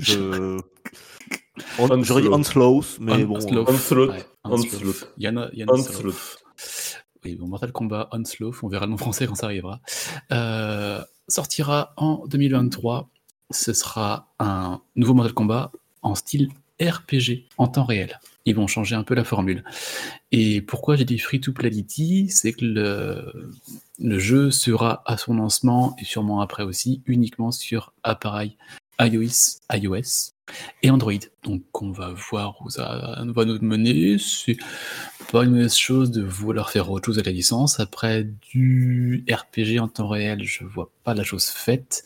J'aurais dit Onslaught, mais bon. Onslaught. Ouais, Onslaught. Yana Onslaught. Oui, bon, Mortal Kombat Onslaught, on verra le nom français quand ça arrivera. Sortira en 2023. Ce sera un nouveau Mortal Kombat en style RPG en temps réel. Ils vont changer un peu la formule. Et pourquoi j'ai dit Free to Playality, c'est que le jeu sera à son lancement et sûrement après aussi uniquement sur appareil iOS et Android. Donc on va voir où ça va nous mener. C'est pas une mauvaise chose de vouloir faire autre chose à la licence. Après du RPG en temps réel, je vois pas la chose faite.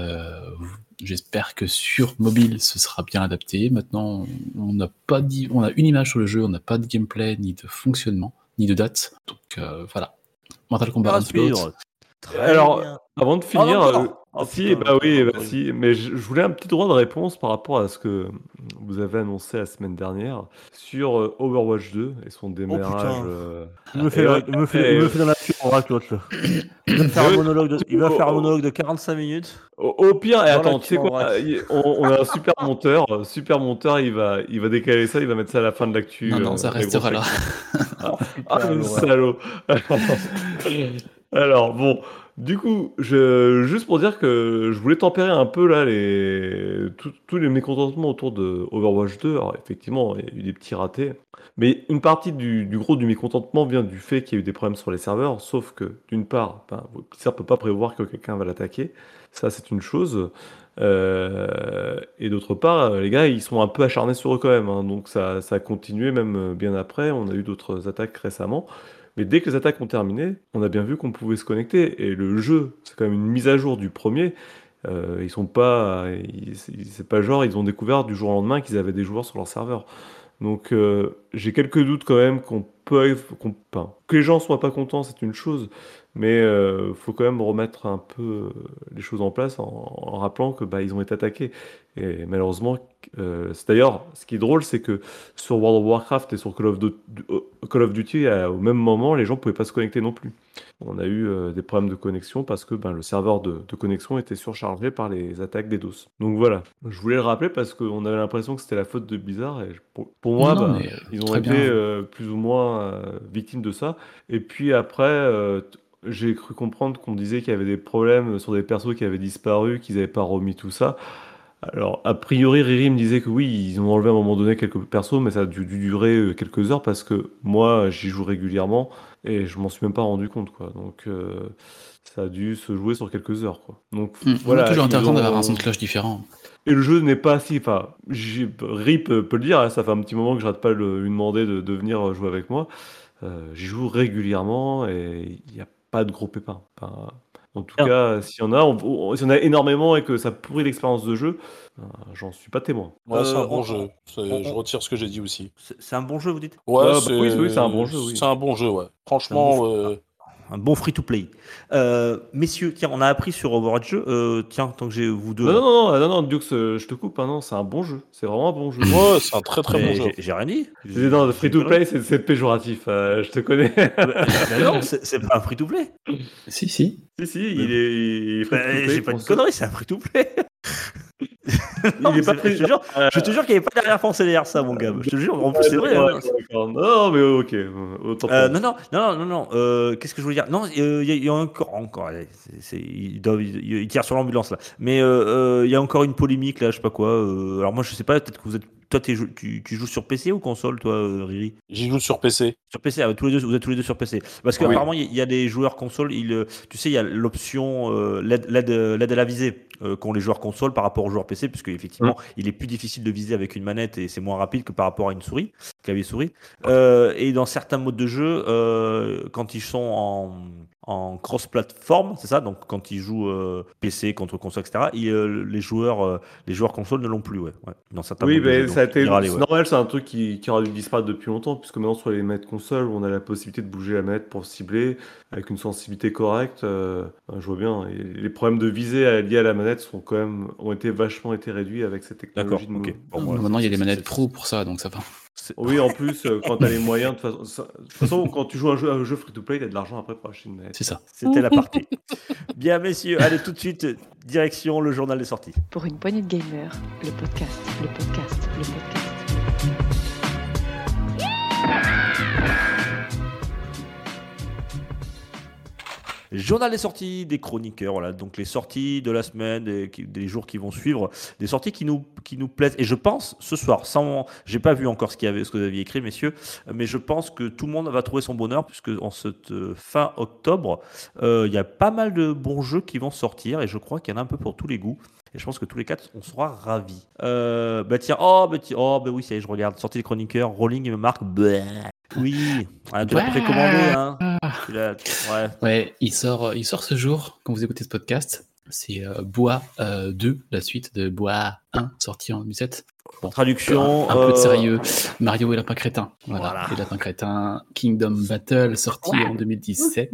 J'espère que sur mobile ce sera bien adapté. Maintenant, on a une image sur le jeu, on n'a pas de gameplay, ni de fonctionnement, ni de date. Donc voilà. Mortal Kombat À Onslaught. suivre. Très Alors, bien. avant de finir, Ah, non, non. Oh, si, putain, bah oui, non, bah non, si, mais je voulais un petit droit de réponse par rapport à ce que vous avez annoncé la semaine dernière sur Overwatch 2 et son démarrage. Il me fait dans la pure oracle, l'autre. Là. Il va faire un monologue de 45 minutes. Au pire, et Dans attends, la tu sais pure quoi, oracle. on a un super monteur, il va décaler ça, il va mettre ça à la fin de l'actu. Non, ça les restera là. grosses actus. Ah, le l'horreur. salaud. Alors, bon, du coup, juste pour dire que je voulais tempérer un peu là tous les mécontentements autour de Overwatch 2. Alors, effectivement, il y a eu des petits ratés. Mais une partie du gros du mécontentement vient du fait qu'il y a eu des problèmes sur les serveurs. Sauf que, d'une part, Blizzard ne peut pas prévoir que quelqu'un va l'attaquer. Ça, c'est une chose. Et d'autre part, les gars, ils sont un peu acharnés sur eux quand même. Hein. Donc, ça a continué même bien après. On a eu d'autres attaques récemment. Mais dès que les attaques ont terminé, on a bien vu qu'on pouvait se connecter. Et le jeu, c'est quand même une mise à jour du premier. Ils sont pas, c'est pas genre ils ont découvert du jour au lendemain qu'ils avaient des joueurs sur leur serveur. Donc j'ai quelques doutes quand même que les gens soient pas contents, c'est une chose, mais faut quand même remettre un peu les choses en place en rappelant que ils ont été attaqués. Et malheureusement, c'est d'ailleurs ce qui est drôle, c'est que sur World of Warcraft et sur Call of Duty, au même moment, les gens pouvaient pas se connecter non plus. On a eu des problèmes de connexion parce que le serveur de connexion était surchargé par les attaques des DOS. Donc voilà, je voulais le rappeler parce qu'on avait l'impression que c'était la faute de Blizzard. Et pour moi, Non, mais, ils ont très été bien. plus ou moins victimes de ça. Et puis après, j'ai cru comprendre qu'on disait qu'il y avait des problèmes sur des persos qui avaient disparu, qu'ils n'avaient pas remis tout ça. Alors, a priori, Riri me disait que oui, ils ont enlevé à un moment donné quelques persos, mais ça a dû durer quelques heures parce que moi, j'y joue régulièrement et je m'en suis même pas rendu compte, quoi. Donc, ça a dû se jouer sur quelques heures, quoi. Donc, voilà. Toujours intéressant ils d'avoir un ont- son de cloche différent. Et le jeu n'est pas si. Enfin, Rip peut le dire, hein, ça fait un petit moment que je rate pas de lui demander de venir jouer avec moi. J'y joue régulièrement et il n'y a pas de gros pépins. Enfin, en tout Bien. cas, s'il y en a, s'il y en a énormément et que ça pourrit l'expérience de jeu, j'en suis pas témoin. Ouais, c'est un bon on- jeu. Je retire ce que j'ai dit aussi. C'est un bon jeu, vous dites? Ouais, oui, c'est un bon jeu, oui. C'est un bon jeu, ouais. Franchement, Un bon free-to-play. Messieurs, tiens, on a appris sur Overwatch 2. Tiens, tant que j'ai vous deux. Non, Dux, je te coupe. Hein, non, c'est un bon jeu. C'est vraiment un bon jeu. ouais, c'est un très très Mais bon jeu. j'ai rien dit. Non, le free-to-play, c'est péjoratif. Je te connais. Mais non, c'est pas un free-to-play. Si. Si, il est J'ai pas de conneries, c'est un free-to-play. Non, Il est pas je pris. te jure, qu'il n'y avait pas d'arrière-pensée derrière ça, mon gars. Je te jure, en plus, c'est vrai. Ouais, Hein. d'accord. Non, mais ok. Autant pour moi. Non. Qu'est-ce que je voulais dire? Non, il y a encore. Allez, ils tirent sur l'ambulance là. Mais il y a encore une polémique là, je sais pas quoi. Alors moi, je sais pas. Peut-être que vous êtes. Toi, tu joues sur PC ou console, toi, Riri? J'y joue sur PC. Sur PC, tous les deux, vous êtes tous les deux sur PC. Parce Oui. qu'apparemment, il y a des joueurs console, tu sais, il y a l'option l'aide à la visée qu'ont les joueurs console par rapport aux joueurs PC, puisque effectivement, il est plus difficile de viser avec une manette et c'est moins rapide que par rapport à une souris, clavier souris. Et dans certains modes de jeu, quand ils sont en cross-platform, c'est ça, donc quand ils jouent PC contre console, etc., les joueurs console ne l'ont plus, ouais. Dans certains Oui, modes de jeu, mais ça a donc, été. il râlait, C'est ouais. normal, c'est un truc qui aurait dû disparaître depuis longtemps, puisque maintenant sur les manettes console, on a la possibilité de bouger la manette pour cibler avec une sensibilité correcte. Je vois bien. Et les problèmes de visée liés à la manette ont vachement été réduits avec cette D'accord, technologie. ok. Bon, voilà, Maintenant, il y a des c'est- manettes c'est- pro pour ça, donc ça va. Oui, en plus, quand t'as les moyens, de toute façon, quand tu joues à un jeu free-to-play, t'as de l'argent après pour acheter une manette. C'est ça. C'était la partie. Bien, messieurs, allez tout de suite, direction le journal des sorties. Pour une poignée de gamers, le podcast, le podcast, le podcast. Journal des sorties des chroniqueurs, voilà, donc les sorties de la semaine, des jours qui vont suivre, des sorties qui nous plaisent. Et je pense, ce soir, j'ai pas vu encore ce que vous aviez écrit, messieurs, mais je pense que tout le monde va trouver son bonheur, puisque en cette fin octobre, il y a pas mal de bons jeux qui vont sortir, et je crois qu'il y en a un peu pour tous les goûts. Et je pense que tous les quatre, on sera ravis. Oui, ça y est, je regarde. Sortie des chroniqueurs, Rolling me marque. Oui, tu l'as précommandé, hein. Ouais, il sort ce jour, quand vous écoutez ce podcast. C'est Bois 2, la suite de Bois 1, sorti en 2007. Bon, traduction. Un peu de sérieux. Mario et Lapin Crétin. Voilà. Et Lapin Crétin, Kingdom Battle, sorti en 2017.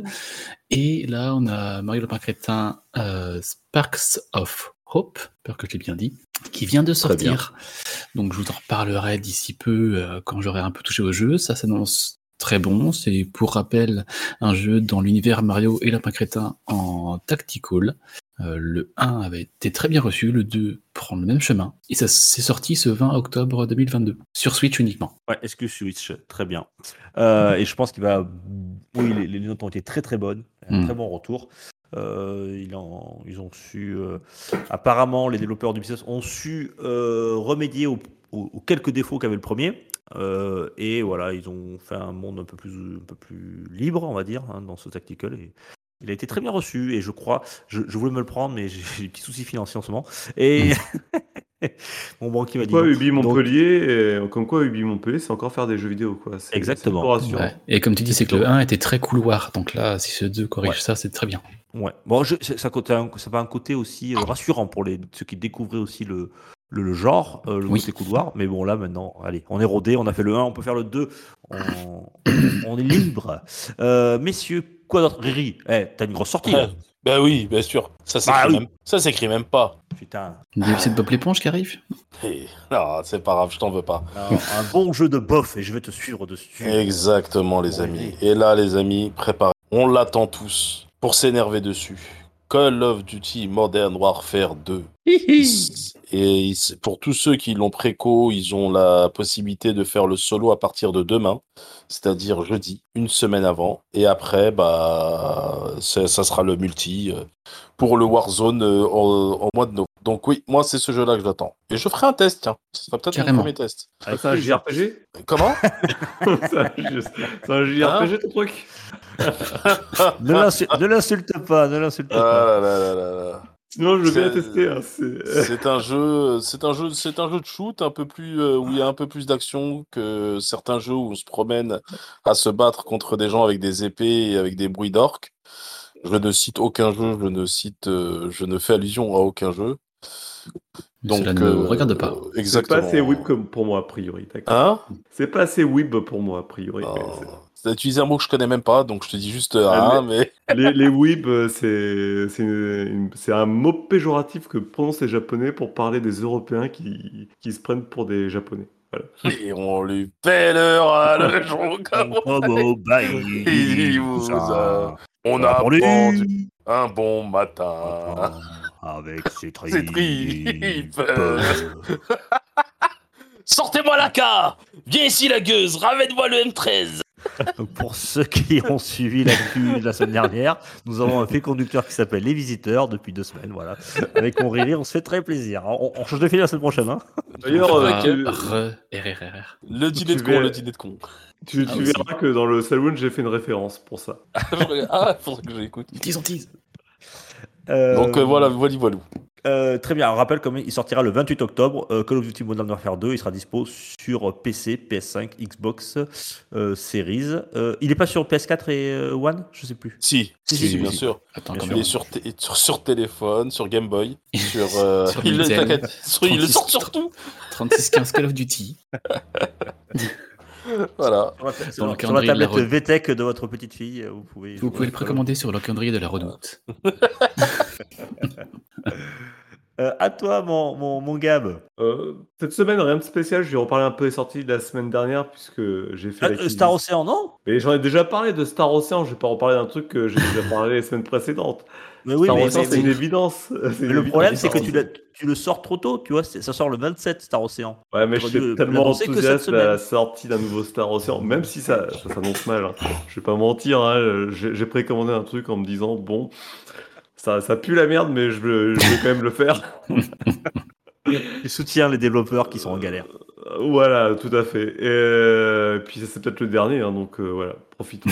Et là, on a Mario Lapin Crétin, Sparks of Hope, j'espère que je l'ai bien dit, qui vient de sortir. Donc, je vous en reparlerai d'ici peu quand j'aurai un peu touché au jeu. Ça s'annonce très bon. C'est, pour rappel, un jeu dans l'univers Mario et Lapin Crétin en tactical. Le 1 avait été très bien reçu, le 2 prend le même chemin. Et ça s'est sorti ce 20 octobre 2022, sur Switch uniquement. Ouais, excuse Switch, très bien. Et je pense qu'il va... Oui, les notes ont été très très bonnes, un très bon retour. Ils ont su... apparemment, les développeurs d'Ubisoft ont su remédier aux quelques défauts qu'avait le premier. Et voilà, ils ont fait un monde un peu plus libre, on va dire, hein, dans ce tactical. Et il a été très bien reçu. Et je crois, je voulais me le prendre, mais j'ai des petits soucis financiers en ce moment. Et mon banquier m'a dit. Comme quoi, Ubi Montpellier, c'est encore faire des jeux vidéo, quoi. Exactement. Ouais. Et comme tu dis, c'est que le 1 était très couloir. Donc là, si ce 2 corrige ça, c'est très bien. Ouais. Bon, ça va un côté aussi rassurant pour ceux qui découvraient aussi le genre, côté couloir. Mais bon, là, maintenant, allez, on est rodé, on a fait le 1, on peut faire le 2. On est libre. Messieurs, quoi d'autre? Riri, t'as une grosse sortie, là. Ben oui, bien sûr. Ça s'écrit même pas. Putain. Une DLC de Bob l'éponge qui arrive? Non, c'est pas grave, je t'en veux pas. Non, un bon jeu de bof et je vais te suivre dessus. Exactement, les amis. Et là, les amis, préparez. On l'attend tous pour s'énerver dessus. Call of Duty Modern Warfare 2. Et pour tous ceux qui l'ont préco, ils ont la possibilité de faire le solo à partir de demain, c'est-à-dire jeudi, une semaine avant. Et après, ça sera le multi pour le Warzone en mois de novembre. Donc oui, moi c'est ce jeu-là que j'attends. Et je ferai un test, tiens. Ce sera peut-être mon premier test. C'est un JRPG? Comment? C'est un JRPG, ton truc? Ne l'insulte pas, Ah là. Sinon, je veux bien tester. Hein, c'est un jeu de shoot un peu plus où il y a un peu plus d'action que certains jeux où on se promène à se battre contre des gens avec des épées et avec des bruits d'orques. Je ne cite aucun jeu, je ne fais allusion à aucun jeu. Donc, cela ne regarde pas. Exactement. C'est pas assez whip pour moi, a priori. Hein? C'est pas assez whip pour moi, a priori. T'as utilisé un mot que je connais même pas, donc je te dis juste mais... Les weeb, c'est un mot péjoratif que prononcent les Japonais pour parler des Européens qui se prennent pour des Japonais. Voilà. Et on lui fait l'heure à le jour comme on a attendu un bon matin. avec ses tripes. C'est tripes. Sortez-moi la K. Viens ici la gueuse, ramène-moi le M13. Donc, pour ceux qui ont suivi l'actu de la semaine dernière, nous avons un fait conducteur qui s'appelle Les Visiteurs depuis 2 semaines. Voilà. Avec mon Riri, on se fait très plaisir. On change de fil la semaine prochaine. Hein. D'ailleurs, RRRR. Le dîner de con, le dîner de con. tu verras que dans le Saloon, j'ai fait une référence pour ça. Faudrait que je l'écoute. Tease. Donc voilà. Très bien, on rappelle comme il sortira le 28 octobre, Call of Duty Modern Warfare 2, il sera dispo sur PC, PS5, Xbox Series. Il n'est pas sur PS4 et One, je sais plus. Si, bien sûr. Attends, Il quand même. est sur téléphone, sur Game Boy, sur. Sur il Nintendo. le sort sur tout. 3615 Call of Duty. Voilà. Sur la calendrier de la tablette VTech de votre petite fille, vous pouvez Le précommander sur le calendrier de la Redoute. À toi, mon Gab. Cette semaine, rien de spécial. Je vais reparler un peu des sorties de la semaine dernière puisque j'ai fait l'acquisition. Star Ocean, non? Mais j'en ai déjà parlé de Star Ocean. Je vais pas reparler d'un truc que j'ai déjà parlé les semaines précédentes. Mais oui, Star mais Ocean, c'est une évidence. mais le problème, c'est que tu le sors trop tôt, tu vois. Ça sort le 27, Star Ocean. Ouais, mais je T'aurais dû suis tellement l'annoncer que cette enthousiaste à la semaine. sortie d'un nouveau Star Ocean, même si ça s'annonce mal. Hein. Je vais pas mentir, hein, j'ai précommandé un truc en me disant, bon, ça pue la merde, mais je vais quand même le faire. Tu soutiens les développeurs qui sont en galère. Voilà, tout à fait. Et puis c'est peut-être le dernier, hein, donc voilà, profitons.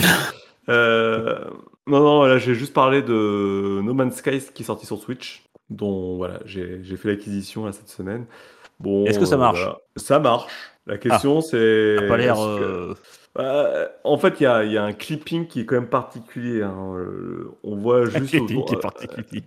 Non, là j'ai juste parlé de No Man's Sky qui est sorti sur Switch, dont voilà, j'ai fait l'acquisition là, cette semaine. Bon, Est-ce que ça marche? Voilà. Ça marche. La question c'est... Ça n'a pas l'air. En fait, il y a un clipping qui est quand même particulier. Hein. On voit juste qui autour... est particulier.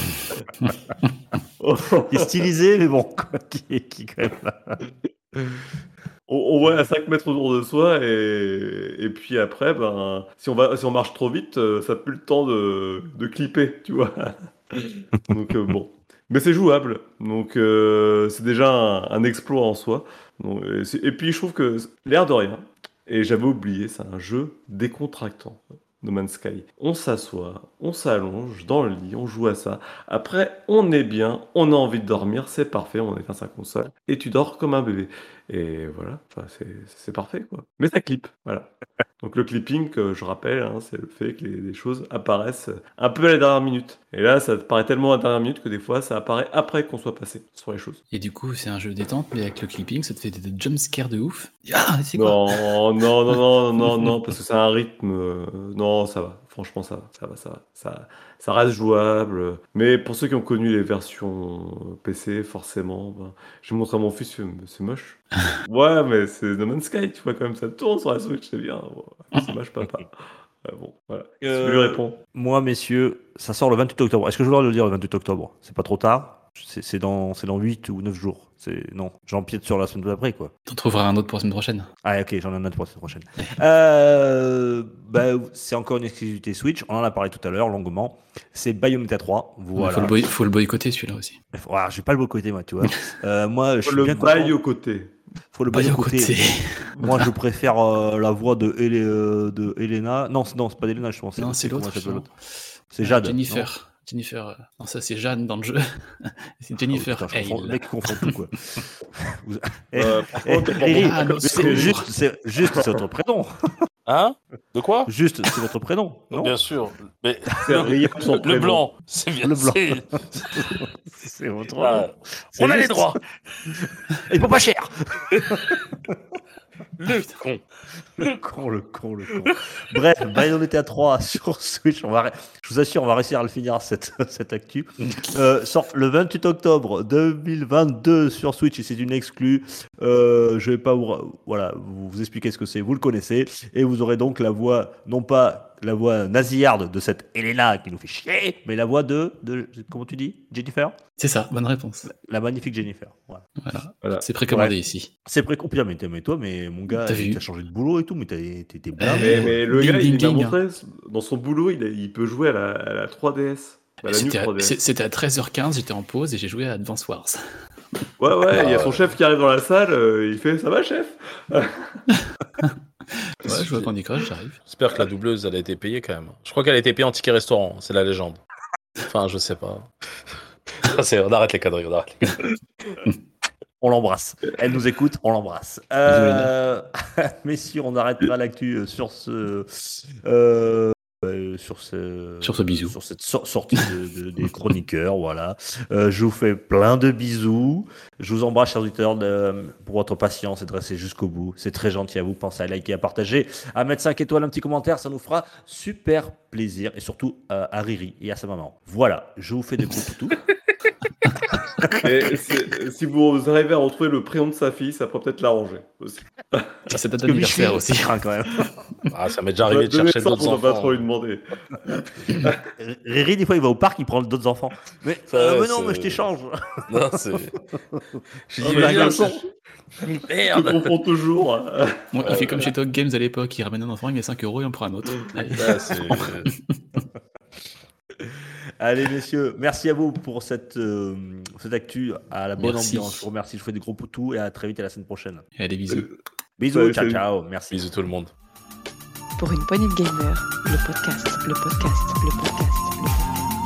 Qui est stylisé, mais bon, quoi, qui est quand même là. On voit à 5 mètres autour de soi et puis après, ben, si on marche trop vite, ça n'a plus le temps de clipper, tu vois. Donc bon. Mais c'est jouable, donc c'est déjà un exploit en soi. Donc, et puis je trouve que l'air de rien, et j'avais oublié, c'est un jeu décontractant. No Man's Sky. On s'assoit, on s'allonge dans le lit, on joue à ça. Après, on est bien, on a envie de dormir, c'est parfait, on est face à sa console, et tu dors comme un bébé. Et voilà, c'est parfait, quoi. Mais ça clip, voilà. Donc le clipping, je rappelle, hein, c'est le fait que les choses apparaissent un peu à la dernière minute. Et là, ça paraît tellement à la dernière minute que des fois, ça apparaît après qu'on soit passé sur les choses. Et du coup, c'est un jeu détente, mais avec le clipping, ça te fait des jumpscares de ouf. Ah, c'est quoi? Non, parce que c'est un rythme. Non, ça va. Franchement, ça va. Ça reste jouable. Mais pour ceux qui ont connu les versions PC, forcément, ben, je montre à mon fils, c'est moche. Ouais, mais c'est No Man's Sky, tu vois, quand même, ça tourne sur la Switch, c'est bien. C'est moche, papa. Bon, voilà. Je lui réponds. Moi, messieurs, ça sort le 28 octobre. Est-ce que je dois le dire le 28 octobre? C'est pas trop tard? C'est dans 8 ou 9 jours. Non, j'empiète sur la semaine d'après, quoi. T'en trouveras un autre pour la semaine prochaine. Ah, ok, j'en ai un autre pour la semaine prochaine. C'est encore une exclusivité Switch. On en a parlé tout à l'heure, longuement. C'est Bayonetta 3. Voilà. Faut le boycotter, celui-là aussi. Voilà, je vais pas le boycotter, moi, tu vois. Moi, je suis Le bien bail content. au côté. Faut le bail au côté. Moi, je préfère la voix de Elena. Non, c'est pas d'Elena, je pense. Non, c'est comment l'autre. elle s'appelle, l'autre. C'est Jade. Jennifer. Non, ça c'est Jeanne dans le jeu. C'est Jennifer. Oh, putain, le mec confond tout, quoi. Juste, c'est votre prénom. Hein? De quoi? Juste, c'est votre prénom. Non, bien sûr. Mais Le le blanc, c'est bien. Le blanc. C'est votre nom. On a les droits. Et pour pas cher. Le con. Le con. Bref, Bayonetta 3 sur Switch, je vous assure, on va réussir à le finir cette actu. Sort le 28 octobre 2022 sur Switch et c'est une exclue. Je vais pas vous expliquer ce que c'est, vous le connaissez. Et vous aurez donc la voix, non pas la voix nasillarde de cette Elena qui nous fait chier, mais la voix de comment tu dis, Jennifer? C'est ça, bonne réponse. La magnifique Jennifer. Voilà. C'est précommandé ici. C'est précompilé, mais mon gars, t'as changé de boulot et tout, mais t'étais bien. Mais le gars, il m'a ding. montré, dans son boulot, il peut jouer à la 3DS. À la New 3DS. C'était à 13h15, j'étais en pause et j'ai joué à Advance Wars. Ouais, il y a son chef qui arrive dans la salle, il fait « Ça va, chef ?» Ouais, je vois Candy Crush, j'arrive. J'espère que la doubleuse, elle a été payée quand même. Je crois qu'elle a été payée en ticket restaurant, c'est la légende. Enfin, je sais pas. On arrête les conneries, on arrête les conneries. On l'embrasse. Elle nous écoute, on l'embrasse. Messieurs, on arrêtera l'actu sur ce. Sur ce bisou. Sur cette sortie des chroniqueurs, voilà. Je vous fais plein de bisous. Je vous embrasse, chers auditeurs, pour votre patience et de rester jusqu'au bout. C'est très gentil à vous. Pensez à liker, à partager, à mettre 5 étoiles, un petit commentaire. Ça nous fera super plaisir. Et surtout à Riri et à sa maman. Voilà, je vous fais des gros toutous. Et si vous arrivez à retrouver le prénom de sa fille, ça pourrait peut-être l'arranger aussi. C'est peut-être anniversaire aussi. Quand même. Ah, ça m'est déjà arrivé de chercher d'autres On va pas enfants. trop lui demander. Riri, des fois, il va au parc, il prend d'autres enfants. Mais, Ouais, mais non, c'est- mais je t'échange. Non, c'est. Je dis, mais mais garçon, Je merde. confonds toujours. Bon, il fait comme chez Talk Games à l'époque, il ramène un enfant, il met 5 € et on prend un autre. Allez. Ah, c'est- Allez, messieurs, merci à vous pour cette actu à la bonne Merci. ambiance. Je vous remercie, je vous fais des gros poutous et à très vite à la semaine prochaine. Allez, bisous. Bisous, Salut, ciao, salut. ciao, merci. Bisous tout le monde. Pour une poignée de gamers, le podcast, le podcast, le podcast, le podcast.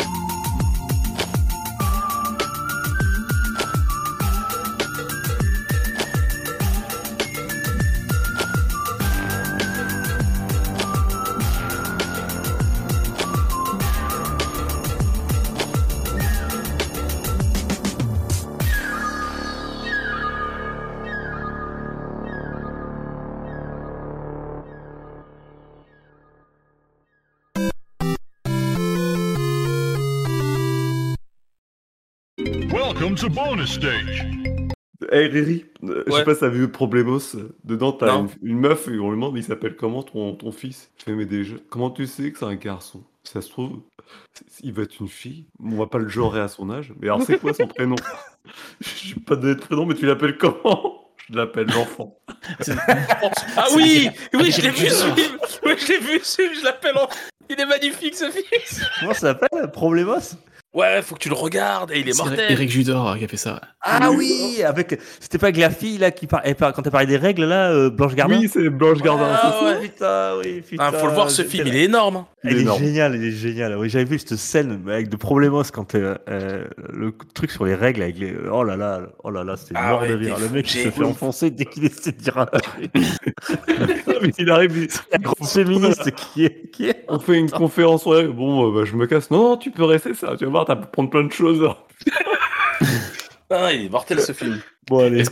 Welcome to bonus stage. Hey Riri, je Ouais. sais pas si t'as vu Problemos. Dedans, t'as Non. une meuf et on lui demande il s'appelle comment ton fils. Je fais mais déjà, comment tu sais que c'est un garçon? Ça se trouve, il va être une fille. On va pas le genrer à son âge. Mais alors c'est quoi son prénom? Je vais pas donner de prénom, mais tu l'appelles comment? Je l'appelle l'enfant. Ah oui, oui, je l'ai vu ce film. Oui, je l'ai vu ce film. Je l'appelle. Il est magnifique ce film. Comment ça s'appelle Problemos? Ouais, faut que tu le regardes et il est C'est mortel. Eric Judor qui a fait ça. Ah oui, c'était pas avec la fille là qui quand t'as parlé des règles là, Blanche Gardin. Oui, c'est Blanche Gardin. Ah c'est ça. ouais, putain, oui, putain. Ah, faut le voir ce film, il est énorme. Il est énorme. génial, il est génial. Oui, j'avais vu cette scène avec de Problemos quand le truc sur les règles avec les. Oh là là, c'était Ah mort ouais, de rire. t'es Le mec fou, il se j'ai fait ouf. enfoncer dès qu'il essaie de dire un truc. Mais il arrive, La grosse féministe qui est. on fait une conférence sur les règles. Bon, bah, je me casse. Non, tu peux rester ça. Tu vas voir, t'as pu prendre plein de choses. Ah, il est mortel ce film. Bon allez.